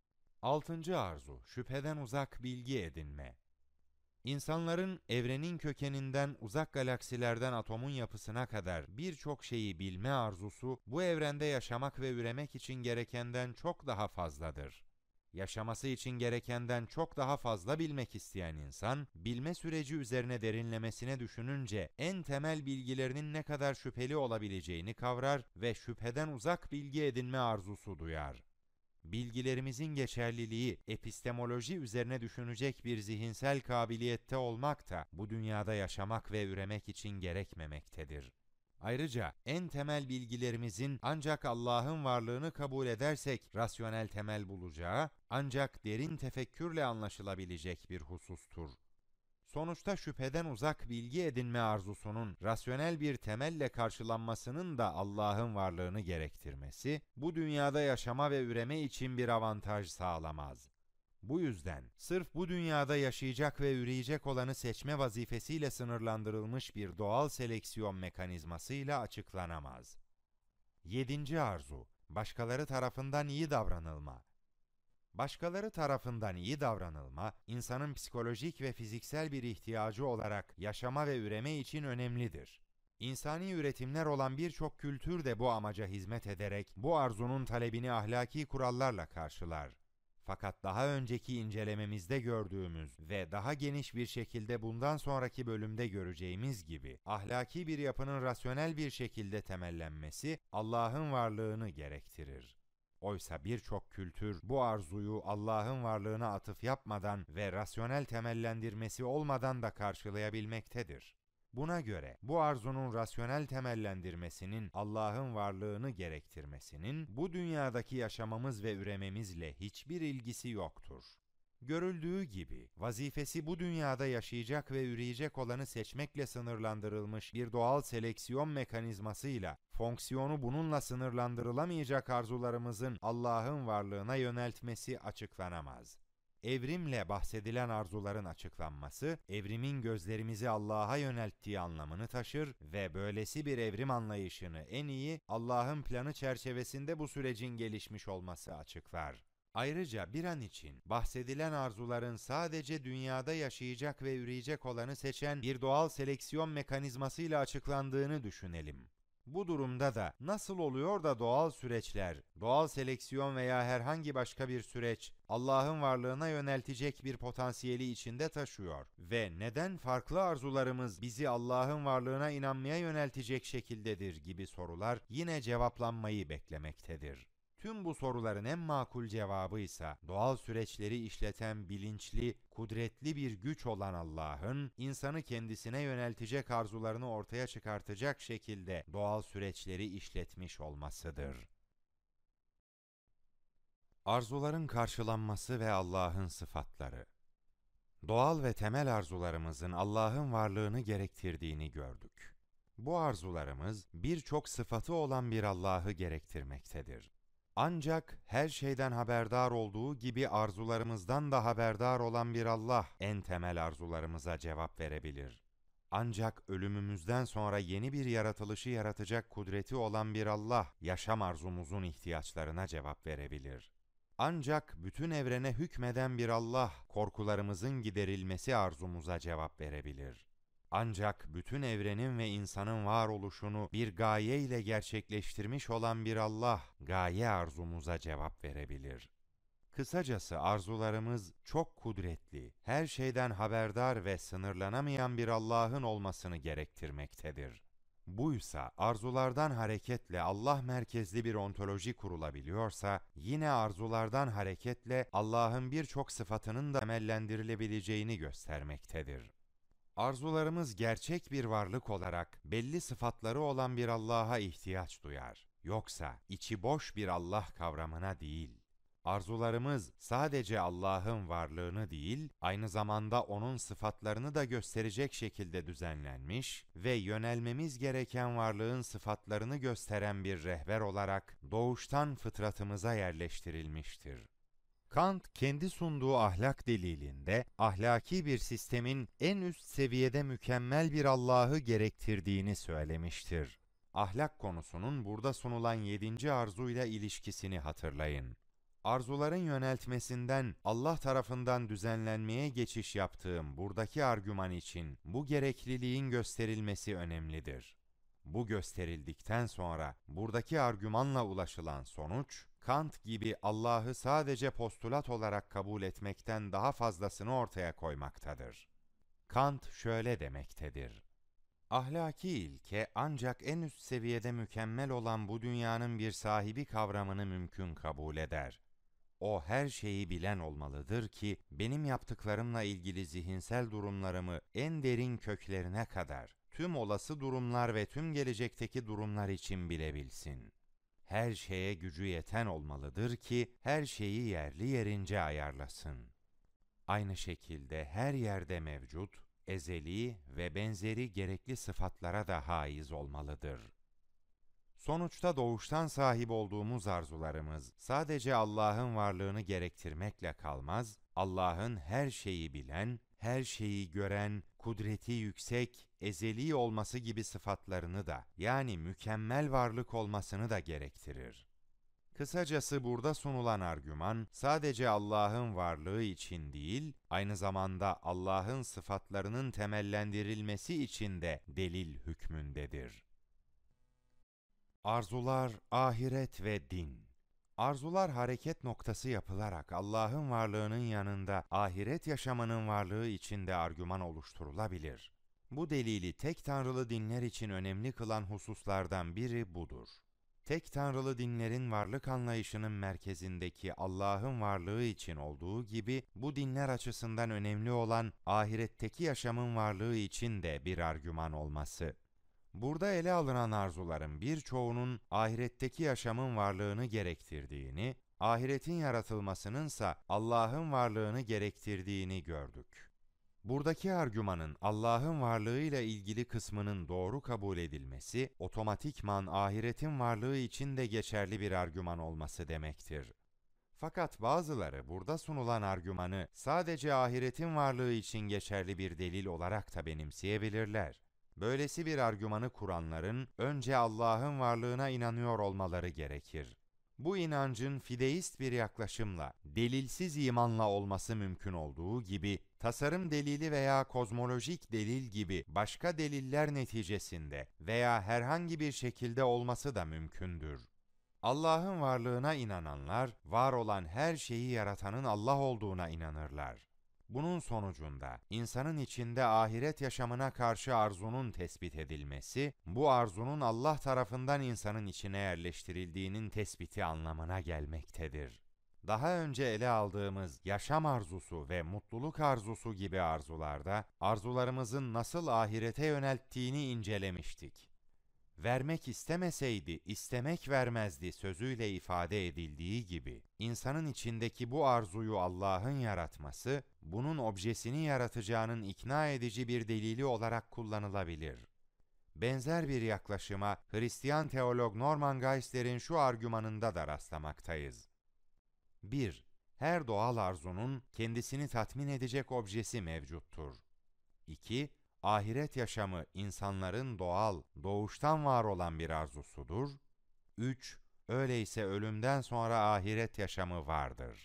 Altıncı arzu, şüpheden uzak bilgi edinme. İnsanların evrenin kökeninden uzak galaksilerden atomun yapısına kadar birçok şeyi bilme arzusu bu evrende yaşamak ve üremek için gerekenden çok daha fazladır. Yaşaması için gerekenden çok daha fazla bilmek isteyen insan, bilme süreci üzerine derinlemesine düşününce en temel bilgilerinin ne kadar şüpheli olabileceğini kavrar ve şüpheden uzak bilgi edinme arzusu duyar. Bilgilerimizin geçerliliği, epistemoloji üzerine düşünecek bir zihinsel kabiliyette olmak da bu dünyada yaşamak ve üremek için gerekmemektedir. Ayrıca en temel bilgilerimizin ancak Allah'ın varlığını kabul edersek rasyonel temel bulacağı, ancak derin tefekkürle anlaşılabilecek bir husustur. Sonuçta şüpheden uzak bilgi edinme arzusunun rasyonel bir temelle karşılanmasının da Allah'ın varlığını gerektirmesi, bu dünyada yaşama ve üreme için bir avantaj sağlamaz. Bu yüzden, sırf bu dünyada yaşayacak ve üreyecek olanı seçme vazifesiyle sınırlandırılmış bir doğal seleksiyon mekanizmasıyla açıklanamaz. Yedinci arzu, başkaları tarafından iyi davranılma. Başkaları tarafından iyi davranılma, insanın psikolojik ve fiziksel bir ihtiyacı olarak yaşama ve üreme için önemlidir. İnsani üretimler olan birçok kültür de bu amaca hizmet ederek bu arzunun talebini ahlaki kurallarla karşılar. Fakat daha önceki incelememizde gördüğümüz ve daha geniş bir şekilde bundan sonraki bölümde göreceğimiz gibi ahlaki bir yapının rasyonel bir şekilde temellenmesi Allah'ın varlığını gerektirir. Oysa birçok kültür bu arzuyu Allah'ın varlığına atıf yapmadan ve rasyonel temellendirmesi olmadan da karşılayabilmektedir. Buna göre bu arzunun rasyonel temellendirmesinin Allah'ın varlığını gerektirmesinin bu dünyadaki yaşamamız ve ürememizle hiçbir ilgisi yoktur. Görüldüğü gibi vazifesi bu dünyada yaşayacak ve üreyecek olanı seçmekle sınırlandırılmış bir doğal seleksiyon mekanizmasıyla fonksiyonu bununla sınırlandırılamayacak arzularımızın Allah'ın varlığına yöneltmesi açıklanamaz. Evrimle bahsedilen arzuların açıklanması, evrimin gözlerimizi Allah'a yönelttiği anlamını taşır ve böylesi bir evrim anlayışını en iyi Allah'ın planı çerçevesinde bu sürecin gelişmiş olması açıklar. Ayrıca bir an için bahsedilen arzuların sadece dünyada yaşayacak ve üreyecek olanı seçen bir doğal seleksiyon mekanizmasıyla açıklandığını düşünelim. Bu durumda da nasıl oluyor da doğal süreçler, doğal seleksiyon veya herhangi başka bir süreç Allah'ın varlığına yöneltecek bir potansiyeli içinde taşıyor ve neden farklı arzularımız bizi Allah'ın varlığına inanmaya yöneltecek şekildedir gibi sorular yine cevaplanmayı beklemektedir. Tüm bu soruların en makul cevabı ise doğal süreçleri işleten bilinçli, kudretli bir güç olan Allah'ın insanı kendisine yöneltecek arzularını ortaya çıkartacak şekilde doğal süreçleri işletmiş olmasıdır. Arzuların karşılanması ve Allah'ın sıfatları. Doğal ve temel arzularımızın Allah'ın varlığını gerektirdiğini gördük. Bu arzularımız birçok sıfatı olan bir Allah'ı gerektirmektedir. Ancak her şeyden haberdar olduğu gibi arzularımızdan da haberdar olan bir Allah en temel arzularımıza cevap verebilir. Ancak ölümümüzden sonra yeni bir yaratılışı yaratacak kudreti olan bir Allah yaşam arzumuzun ihtiyaçlarına cevap verebilir. Ancak bütün evrene hükmeden bir Allah korkularımızın giderilmesi arzumuza cevap verebilir. Ancak bütün evrenin ve insanın varoluşunu bir gaye ile gerçekleştirmiş olan bir Allah, gaye arzumuza cevap verebilir. Kısacası arzularımız çok kudretli, her şeyden haberdar ve sınırlanamayan bir Allah'ın olmasını gerektirmektedir. Buysa arzulardan hareketle Allah merkezli bir ontoloji kurulabiliyorsa, yine arzulardan hareketle Allah'ın birçok sıfatının da temellendirilebileceğini göstermektedir. Arzularımız gerçek bir varlık olarak belli sıfatları olan bir Allah'a ihtiyaç duyar. Yoksa içi boş bir Allah kavramına değil. Arzularımız sadece Allah'ın varlığını değil, aynı zamanda O'nun sıfatlarını da gösterecek şekilde düzenlenmiş ve yönelmemiz gereken varlığın sıfatlarını gösteren bir rehber olarak doğuştan fıtratımıza yerleştirilmiştir. Kant, kendi sunduğu ahlak delilinde, ahlaki bir sistemin en üst seviyede mükemmel bir Allah'ı gerektirdiğini söylemiştir. Ahlak konusunun burada sunulan yedinci arzuyla ilişkisini hatırlayın. Arzuların yöneltmesinden Allah tarafından düzenlenmeye geçiş yaptığım buradaki argüman için bu gerekliliğin gösterilmesi önemlidir. Bu gösterildikten sonra buradaki argümanla ulaşılan sonuç, Kant gibi Allah'ı sadece postulat olarak kabul etmekten daha fazlasını ortaya koymaktadır. Kant şöyle demektedir: ahlaki ilke ancak en üst seviyede mükemmel olan bu dünyanın bir sahibi kavramını mümkün kabul eder. O her şeyi bilen olmalıdır ki benim yaptıklarımla ilgili zihinsel durumlarımı en derin köklerine kadar, tüm olası durumlar ve tüm gelecekteki durumlar için bilebilsin. Her şeye gücü yeten olmalıdır ki her şeyi yerli yerince ayarlasın. Aynı şekilde her yerde mevcut, ezeli ve benzeri gerekli sıfatlara da haiz olmalıdır. Sonuçta doğuştan sahip olduğumuz arzularımız sadece Allah'ın varlığını gerektirmekle kalmaz, Allah'ın her şeyi bilen, her şeyi gören, kudreti yüksek, ezeli olması gibi sıfatlarını da, yani mükemmel varlık olmasını da gerektirir. Kısacası burada sunulan argüman sadece Allah'ın varlığı için değil, aynı zamanda Allah'ın sıfatlarının temellendirilmesi için de delil hükmündedir. Arzular, ahiret ve din. Arzular hareket noktası yapılarak Allah'ın varlığının yanında ahiret yaşamının varlığı için de argüman oluşturulabilir. Bu delili tek tanrılı dinler için önemli kılan hususlardan biri budur. Tek tanrılı dinlerin varlık anlayışının merkezindeki Allah'ın varlığı için olduğu gibi, bu dinler açısından önemli olan ahiretteki yaşamın varlığı için de bir argüman olması. Burada ele alınan arzuların birçoğunun ahiretteki yaşamın varlığını gerektirdiğini, ahiretin yaratılmasınınsa Allah'ın varlığını gerektirdiğini gördük. Buradaki argümanın Allah'ın varlığıyla ilgili kısmının doğru kabul edilmesi, otomatikman ahiretin varlığı için de geçerli bir argüman olması demektir. Fakat bazıları burada sunulan argümanı sadece ahiretin varlığı için geçerli bir delil olarak da benimseyebilirler. Böylesi bir argümanı kuranların önce Allah'ın varlığına inanıyor olmaları gerekir. Bu inancın fideist bir yaklaşımla, delilsiz imanla olması mümkün olduğu gibi, tasarım delili veya kozmolojik delil gibi başka deliller neticesinde veya herhangi bir şekilde olması da mümkündür. Allah'ın varlığına inananlar, var olan her şeyi yaratanın Allah olduğuna inanırlar. Bunun sonucunda insanın içinde ahiret yaşamına karşı arzunun tespit edilmesi, bu arzunun Allah tarafından insanın içine yerleştirildiğinin tespiti anlamına gelmektedir. Daha önce ele aldığımız yaşam arzusu ve mutluluk arzusu gibi arzularda, arzularımızın nasıl ahirete yönelttiğini incelemiştik. Vermek istemeseydi, istemek vermezdi sözüyle ifade edildiği gibi, insanın içindeki bu arzuyu Allah'ın yaratması, bunun objesini yaratacağının ikna edici bir delili olarak kullanılabilir. Benzer bir yaklaşıma Hristiyan teolog Norman Geisler'in şu argümanında da rastlamaktayız. bir. Her doğal arzunun kendisini tatmin edecek objesi mevcuttur. iki. Ahiret yaşamı insanların doğal, doğuştan var olan bir arzusudur. üç. Öyleyse ölümden sonra ahiret yaşamı vardır.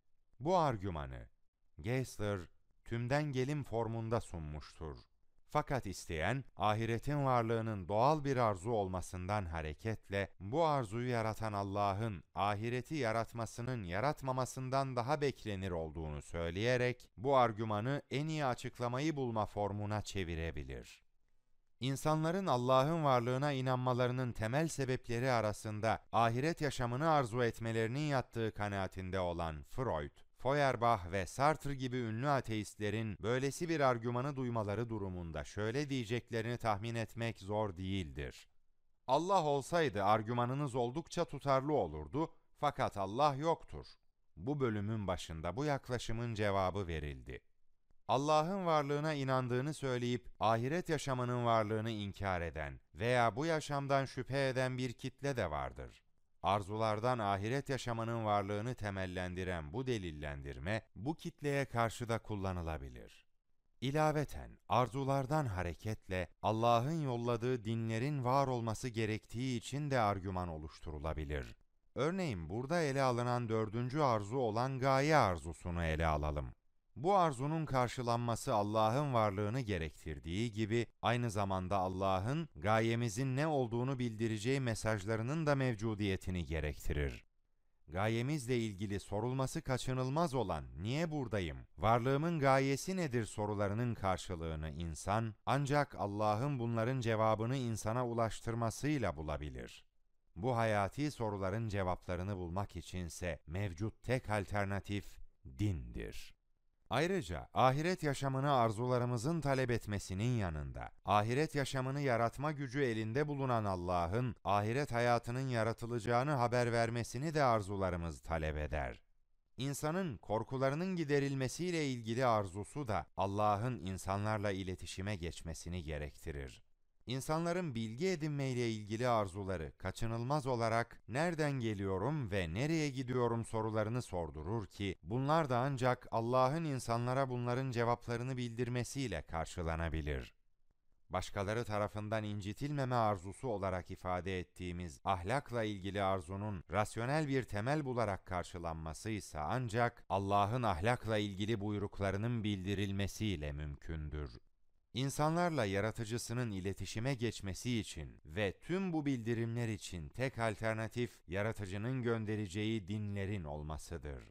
Bu argümanı Geisler tümden gelim formunda sunmuştur. Fakat isteyen, ahiretin varlığının doğal bir arzu olmasından hareketle, bu arzuyu yaratan Allah'ın, ahireti yaratmasının yaratmamasından daha beklenir olduğunu söyleyerek, bu argümanı en iyi açıklamayı bulma formuna çevirebilir. İnsanların Allah'ın varlığına inanmalarının temel sebepleri arasında, ahiret yaşamını arzu etmelerinin yattığı kanaatinde olan Freud, Feuerbach ve Sartre gibi ünlü ateistlerin böylesi bir argümanı duymaları durumunda şöyle diyeceklerini tahmin etmek zor değildir. Allah olsaydı argümanınız oldukça tutarlı olurdu, fakat Allah yoktur. Bu bölümün başında bu yaklaşımın cevabı verildi. Allah'ın varlığına inandığını söyleyip ahiret yaşamının varlığını inkar eden veya bu yaşamdan şüphe eden bir kitle de vardır. Arzulardan ahiret yaşamının varlığını temellendiren bu delillendirme, bu kitleye karşı da kullanılabilir. İlaveten, arzulardan hareketle Allah'ın yolladığı dinlerin var olması gerektiği için de argüman oluşturulabilir. Örneğin burada ele alınan dördüncü arzu olan gaye arzusunu ele alalım. Bu arzunun karşılanması Allah'ın varlığını gerektirdiği gibi, aynı zamanda Allah'ın gayemizin ne olduğunu bildireceği mesajlarının da mevcudiyetini gerektirir. Gayemizle ilgili sorulması kaçınılmaz olan "Niye buradayım? Varlığımın gayesi nedir?" sorularının karşılığını insan, ancak Allah'ın bunların cevabını insana ulaştırmasıyla bulabilir. Bu hayati soruların cevaplarını bulmak içinse mevcut tek alternatif dindir. Ayrıca ahiret yaşamını arzularımızın talep etmesinin yanında, ahiret yaşamını yaratma gücü elinde bulunan Allah'ın ahiret hayatının yaratılacağını haber vermesini de arzularımız talep eder. İnsanın korkularının giderilmesiyle ilgili arzusu da Allah'ın insanlarla iletişime geçmesini gerektirir. İnsanların bilgi edinmeyle ilgili arzuları kaçınılmaz olarak nereden geliyorum ve nereye gidiyorum sorularını sordurur ki, bunlar da ancak Allah'ın insanlara bunların cevaplarını bildirmesiyle karşılanabilir. Başkaları tarafından incitilmeme arzusu olarak ifade ettiğimiz ahlakla ilgili arzunun rasyonel bir temel bularak karşılanması ise ancak Allah'ın ahlakla ilgili buyruklarının bildirilmesiyle mümkündür. İnsanlarla yaratıcısının iletişime geçmesi için ve tüm bu bildirimler için tek alternatif, yaratıcının göndereceği dinlerin olmasıdır.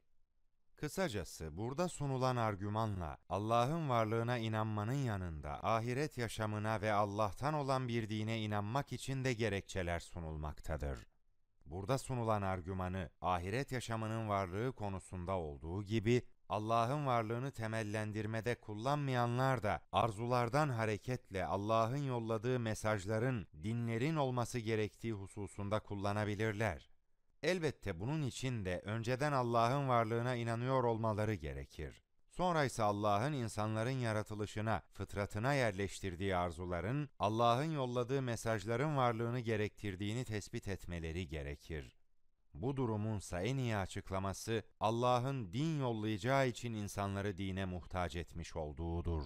Kısacası burada sunulan argümanla Allah'ın varlığına inanmanın yanında ahiret yaşamına ve Allah'tan olan bir dine inanmak için de gerekçeler sunulmaktadır. Burada sunulan argümanı ahiret yaşamının varlığı konusunda olduğu gibi Allah'ın varlığını temellendirmede kullanmayanlar da arzulardan hareketle Allah'ın yolladığı mesajların, dinlerin olması gerektiği hususunda kullanabilirler. Elbette bunun için de önceden Allah'ın varlığına inanıyor olmaları gerekir. Sonra ise Allah'ın insanların yaratılışına, fıtratına yerleştirdiği arzuların, Allah'ın yolladığı mesajların varlığını gerektirdiğini tespit etmeleri gerekir. Bu durumunsa en iyi açıklaması, Allah'ın din yollayacağı için insanları dine muhtaç etmiş olduğudur.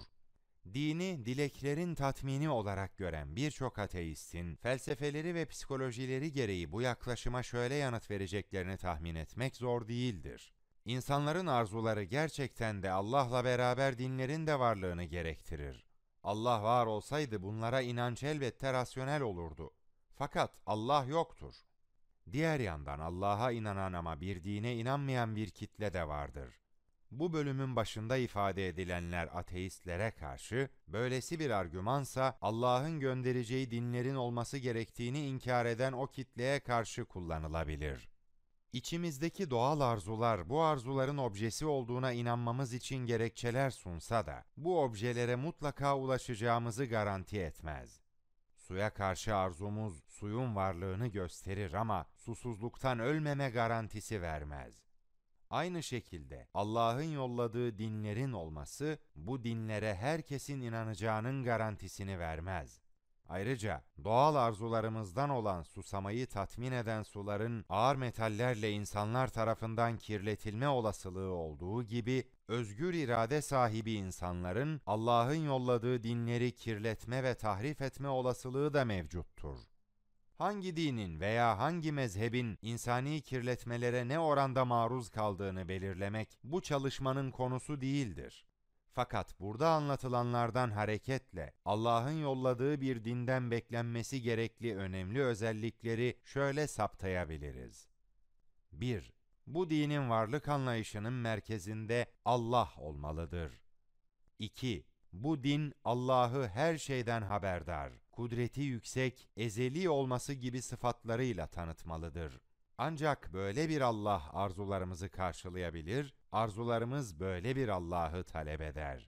Dini, dileklerin tatmini olarak gören birçok ateistin, felsefeleri ve psikolojileri gereği bu yaklaşıma şöyle yanıt vereceklerini tahmin etmek zor değildir. İnsanların arzuları gerçekten de Allah'la beraber dinlerin de varlığını gerektirir. Allah var olsaydı bunlara inanç elbette rasyonel olurdu. Fakat Allah yoktur. Diğer yandan Allah'a inanan ama bir dine inanmayan bir kitle de vardır. Bu bölümün başında ifade edilenler ateistlere karşı, böylesi bir argümansa Allah'ın göndereceği dinlerin olması gerektiğini inkar eden o kitleye karşı kullanılabilir. İçimizdeki doğal arzular bu arzuların objesi olduğuna inanmamız için gerekçeler sunsa da, bu objelere mutlaka ulaşacağımızı garanti etmez. Suya karşı arzumuz suyun varlığını gösterir ama susuzluktan ölmeme garantisi vermez. Aynı şekilde Allah'ın yolladığı dinlerin olması, bu dinlere herkesin inanacağının garantisini vermez. Ayrıca doğal arzularımızdan olan susamayı tatmin eden suların ağır metallerle insanlar tarafından kirletilme olasılığı olduğu gibi, özgür irade sahibi insanların Allah'ın yolladığı dinleri kirletme ve tahrif etme olasılığı da mevcuttur. Hangi dinin veya hangi mezhebin insani kirletmelere ne oranda maruz kaldığını belirlemek bu çalışmanın konusu değildir. Fakat burada anlatılanlardan hareketle Allah'ın yolladığı bir dinden beklenmesi gerekli önemli özellikleri şöyle saptayabiliriz. bir. Bu dinin varlık anlayışının merkezinde Allah olmalıdır. iki. Bu din Allah'ı her şeyden haberdar, kudreti yüksek, ezeli olması gibi sıfatlarıyla tanıtmalıdır. Ancak böyle bir Allah arzularımızı karşılayabilir, arzularımız böyle bir Allah'ı talep eder.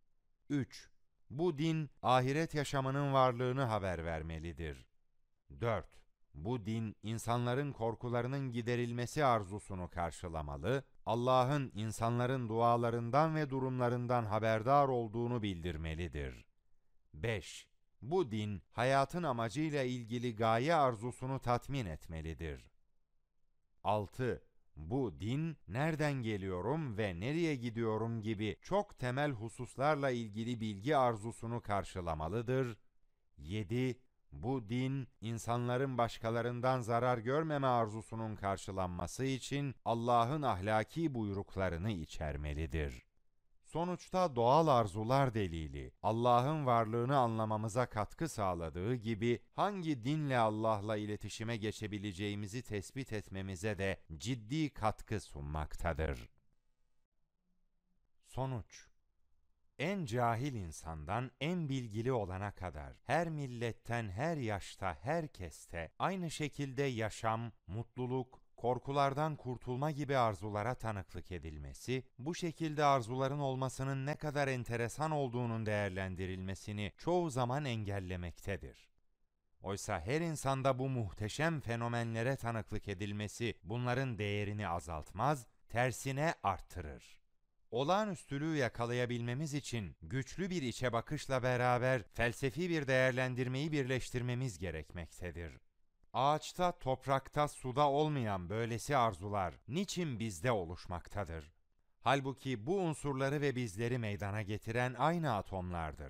üç. Bu din ahiret yaşamının varlığını haber vermelidir. dört. Bu din insanların korkularının giderilmesi arzusunu karşılamalı, Allah'ın insanların dualarından ve durumlarından haberdar olduğunu bildirmelidir. beş. Bu din hayatın amacıyla ilgili gaye arzusunu tatmin etmelidir. altı. Bu din, nereden geliyorum ve nereye gidiyorum gibi çok temel hususlarla ilgili bilgi arzusunu karşılamalıdır. yedi. Bu din, insanların başkalarından zarar görmeme arzusunun karşılanması için Allah'ın ahlaki buyruklarını içermelidir. Sonuçta doğal arzular delili, Allah'ın varlığını anlamamıza katkı sağladığı gibi, hangi dinle Allah'la iletişime geçebileceğimizi tespit etmemize de ciddi katkı sunmaktadır. Sonuç: en cahil insandan en bilgili olana kadar, her milletten, her yaşta, herkeste aynı şekilde yaşam, mutluluk, korkulardan kurtulma gibi arzulara tanıklık edilmesi, bu şekilde arzuların olmasının ne kadar enteresan olduğunun değerlendirilmesini çoğu zaman engellemektedir. Oysa her insanda bu muhteşem fenomenlere tanıklık edilmesi bunların değerini azaltmaz, tersine arttırır. Olağanüstülüğü yakalayabilmemiz için güçlü bir içe bakışla beraber felsefi bir değerlendirmeyi birleştirmemiz gerekmektedir. Ağaçta, toprakta, suda olmayan böylesi arzular niçin bizde oluşmaktadır? Halbuki bu unsurları ve bizleri meydana getiren aynı atomlardır.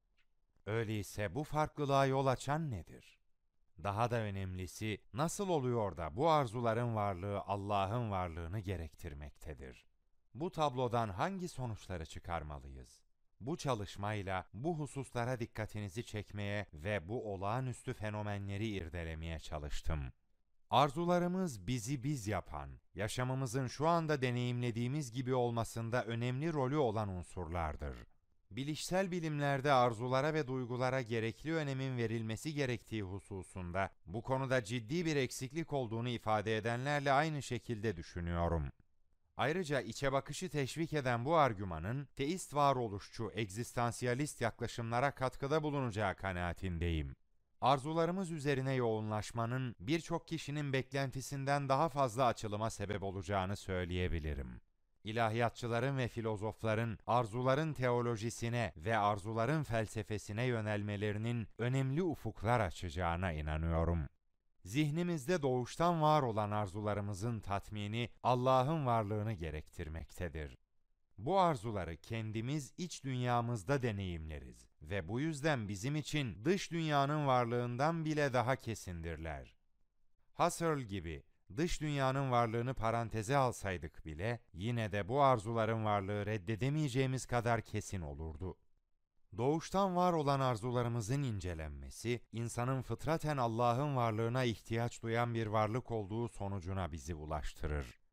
Öyleyse bu farklılığa yol açan nedir? Daha da önemlisi, nasıl oluyor da bu arzuların varlığı Allah'ın varlığını gerektirmektedir? Bu tablodan hangi sonuçları çıkarmalıyız? Bu çalışmayla bu hususlara dikkatinizi çekmeye ve bu olağanüstü fenomenleri irdelemeye çalıştım. Arzularımız bizi biz yapan, yaşamımızın şu anda deneyimlediğimiz gibi olmasında önemli rolü olan unsurlardır. Bilişsel bilimlerde arzulara ve duygulara gerekli önemin verilmesi gerektiği hususunda bu konuda ciddi bir eksiklik olduğunu ifade edenlerle aynı şekilde düşünüyorum. Ayrıca içe bakışı teşvik eden bu argümanın teist varoluşçu, egzistansiyalist yaklaşımlara katkıda bulunacağı kanaatindeyim. Arzularımız üzerine yoğunlaşmanın birçok kişinin beklentisinden daha fazla açılıma sebep olacağını söyleyebilirim. İlahiyatçıların ve filozofların arzuların teolojisine ve arzuların felsefesine yönelmelerinin önemli ufuklar açacağına inanıyorum. Zihnimizde doğuştan var olan arzularımızın tatmini Allah'ın varlığını gerektirmektedir. Bu arzuları kendimiz iç dünyamızda deneyimleriz ve bu yüzden bizim için dış dünyanın varlığından bile daha kesindirler. Husserl gibi dış dünyanın varlığını paranteze alsaydık bile yine de bu arzuların varlığı reddedemeyeceğimiz kadar kesin olurdu. Doğuştan var olan arzularımızın incelenmesi, insanın fıtraten Allah'ın varlığına ihtiyaç duyan bir varlık olduğu sonucuna bizi ulaştırır.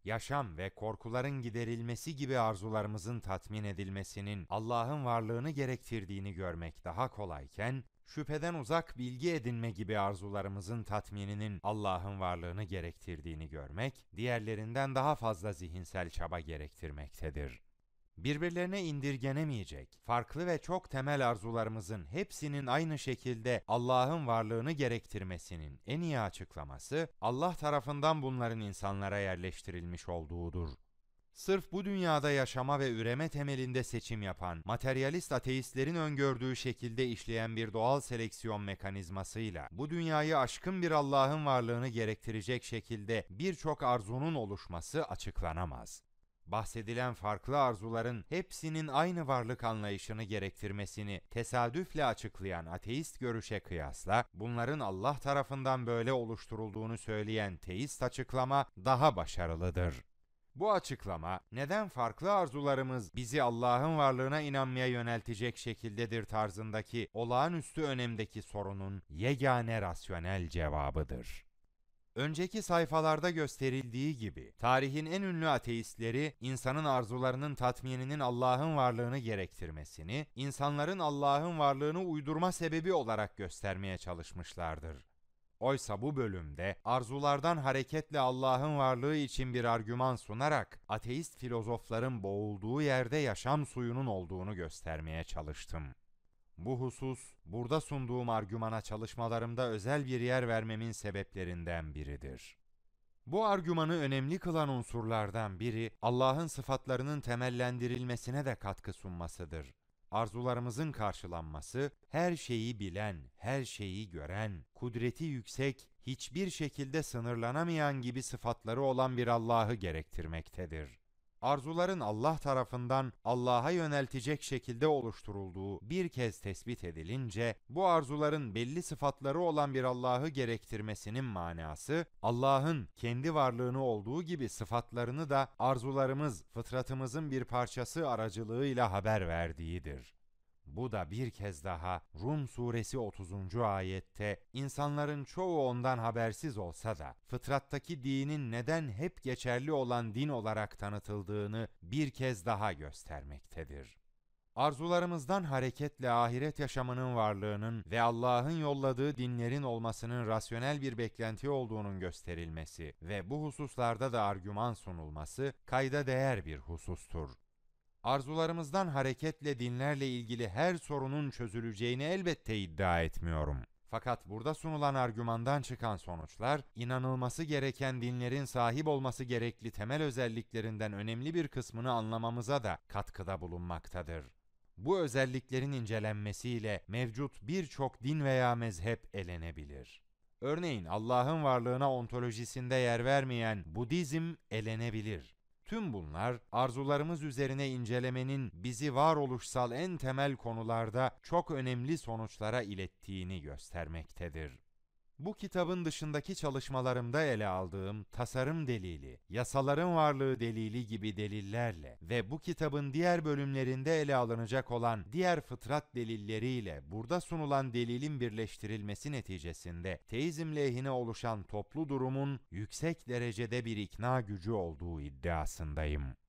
Yaşam ve korkuların giderilmesi gibi arzularımızın tatmin edilmesinin Allah'ın varlığını gerektirdiğini görmek daha kolayken, şüpheden uzak bilgi edinme gibi arzularımızın tatmininin Allah'ın varlığını gerektirdiğini görmek, diğerlerinden daha fazla zihinsel çaba gerektirmektedir. Birbirlerine indirgenemeyecek, farklı ve çok temel arzularımızın hepsinin aynı şekilde Allah'ın varlığını gerektirmesinin en iyi açıklaması, Allah tarafından bunların insanlara yerleştirilmiş olduğudur. Sırf bu dünyada yaşama ve üreme temelinde seçim yapan, materyalist ateistlerin öngördüğü şekilde işleyen bir doğal seleksiyon mekanizmasıyla, bu dünyayı aşkın bir Allah'ın varlığını gerektirecek şekilde birçok arzunun oluşması açıklanamaz. Bahsedilen farklı arzuların hepsinin aynı varlık anlayışını gerektirmesini tesadüfle açıklayan ateist görüşe kıyasla, bunların Allah tarafından böyle oluşturulduğunu söyleyen teist açıklama daha başarılıdır. Bu açıklama, neden farklı arzularımız bizi Allah'ın varlığına inanmaya yöneltecek şekildedir tarzındaki olağanüstü önemdeki sorunun yegane rasyonel cevabıdır. Önceki sayfalarda gösterildiği gibi, tarihin en ünlü ateistleri, insanın arzularının tatmininin Allah'ın varlığını gerektirmesini, insanların Allah'ın varlığını uydurma sebebi olarak göstermeye çalışmışlardır. Oysa bu bölümde, arzulardan hareketle Allah'ın varlığı için bir argüman sunarak, ateist filozofların boğulduğu yerde yaşam suyunun olduğunu göstermeye çalıştım. Bu husus, burada sunduğum argümana çalışmalarımda özel bir yer vermemin sebeplerinden biridir. Bu argümanı önemli kılan unsurlardan biri, Allah'ın sıfatlarının temellendirilmesine de katkı sunmasıdır. Arzularımızın karşılanması, her şeyi bilen, her şeyi gören, kudreti yüksek, hiçbir şekilde sınırlanamayan gibi sıfatları olan bir Allah'ı gerektirmektedir. Arzuların Allah tarafından Allah'a yöneltecek şekilde oluşturulduğu bir kez tespit edilince, bu arzuların belli sıfatları olan bir Allah'ı gerektirmesinin manası, Allah'ın kendi varlığını olduğu gibi sıfatlarını da arzularımız, fıtratımızın bir parçası aracılığıyla haber verdiğidir. Bu da bir kez daha Rum suresi otuzuncu ayette insanların çoğu ondan habersiz olsa da fıtrattaki dinin neden hep geçerli olan din olarak tanıtıldığını bir kez daha göstermektedir. Arzularımızdan hareketle ahiret yaşamının varlığının ve Allah'ın yolladığı dinlerin olmasının rasyonel bir beklenti olduğunun gösterilmesi ve bu hususlarda da argüman sunulması kayda değer bir husustur. Arzularımızdan hareketle dinlerle ilgili her sorunun çözüleceğini elbette iddia etmiyorum. Fakat burada sunulan argümandan çıkan sonuçlar, inanılması gereken dinlerin sahip olması gerekli temel özelliklerinden önemli bir kısmını anlamamıza da katkıda bulunmaktadır. Bu özelliklerin incelenmesiyle mevcut birçok din veya mezhep elenebilir. Örneğin Allah'ın varlığına ontolojisinde yer vermeyen Budizm elenebilir. Tüm bunlar, arzularımız üzerine incelemenin bizi varoluşsal en temel konularda çok önemli sonuçlara ilettiğini göstermektedir. Bu kitabın dışındaki çalışmalarımda ele aldığım tasarım delili, yasaların varlığı delili gibi delillerle ve bu kitabın diğer bölümlerinde ele alınacak olan diğer fıtrat delilleriyle burada sunulan delilin birleştirilmesi neticesinde teizm lehine oluşan toplu durumun yüksek derecede bir ikna gücü olduğu iddiasındayım.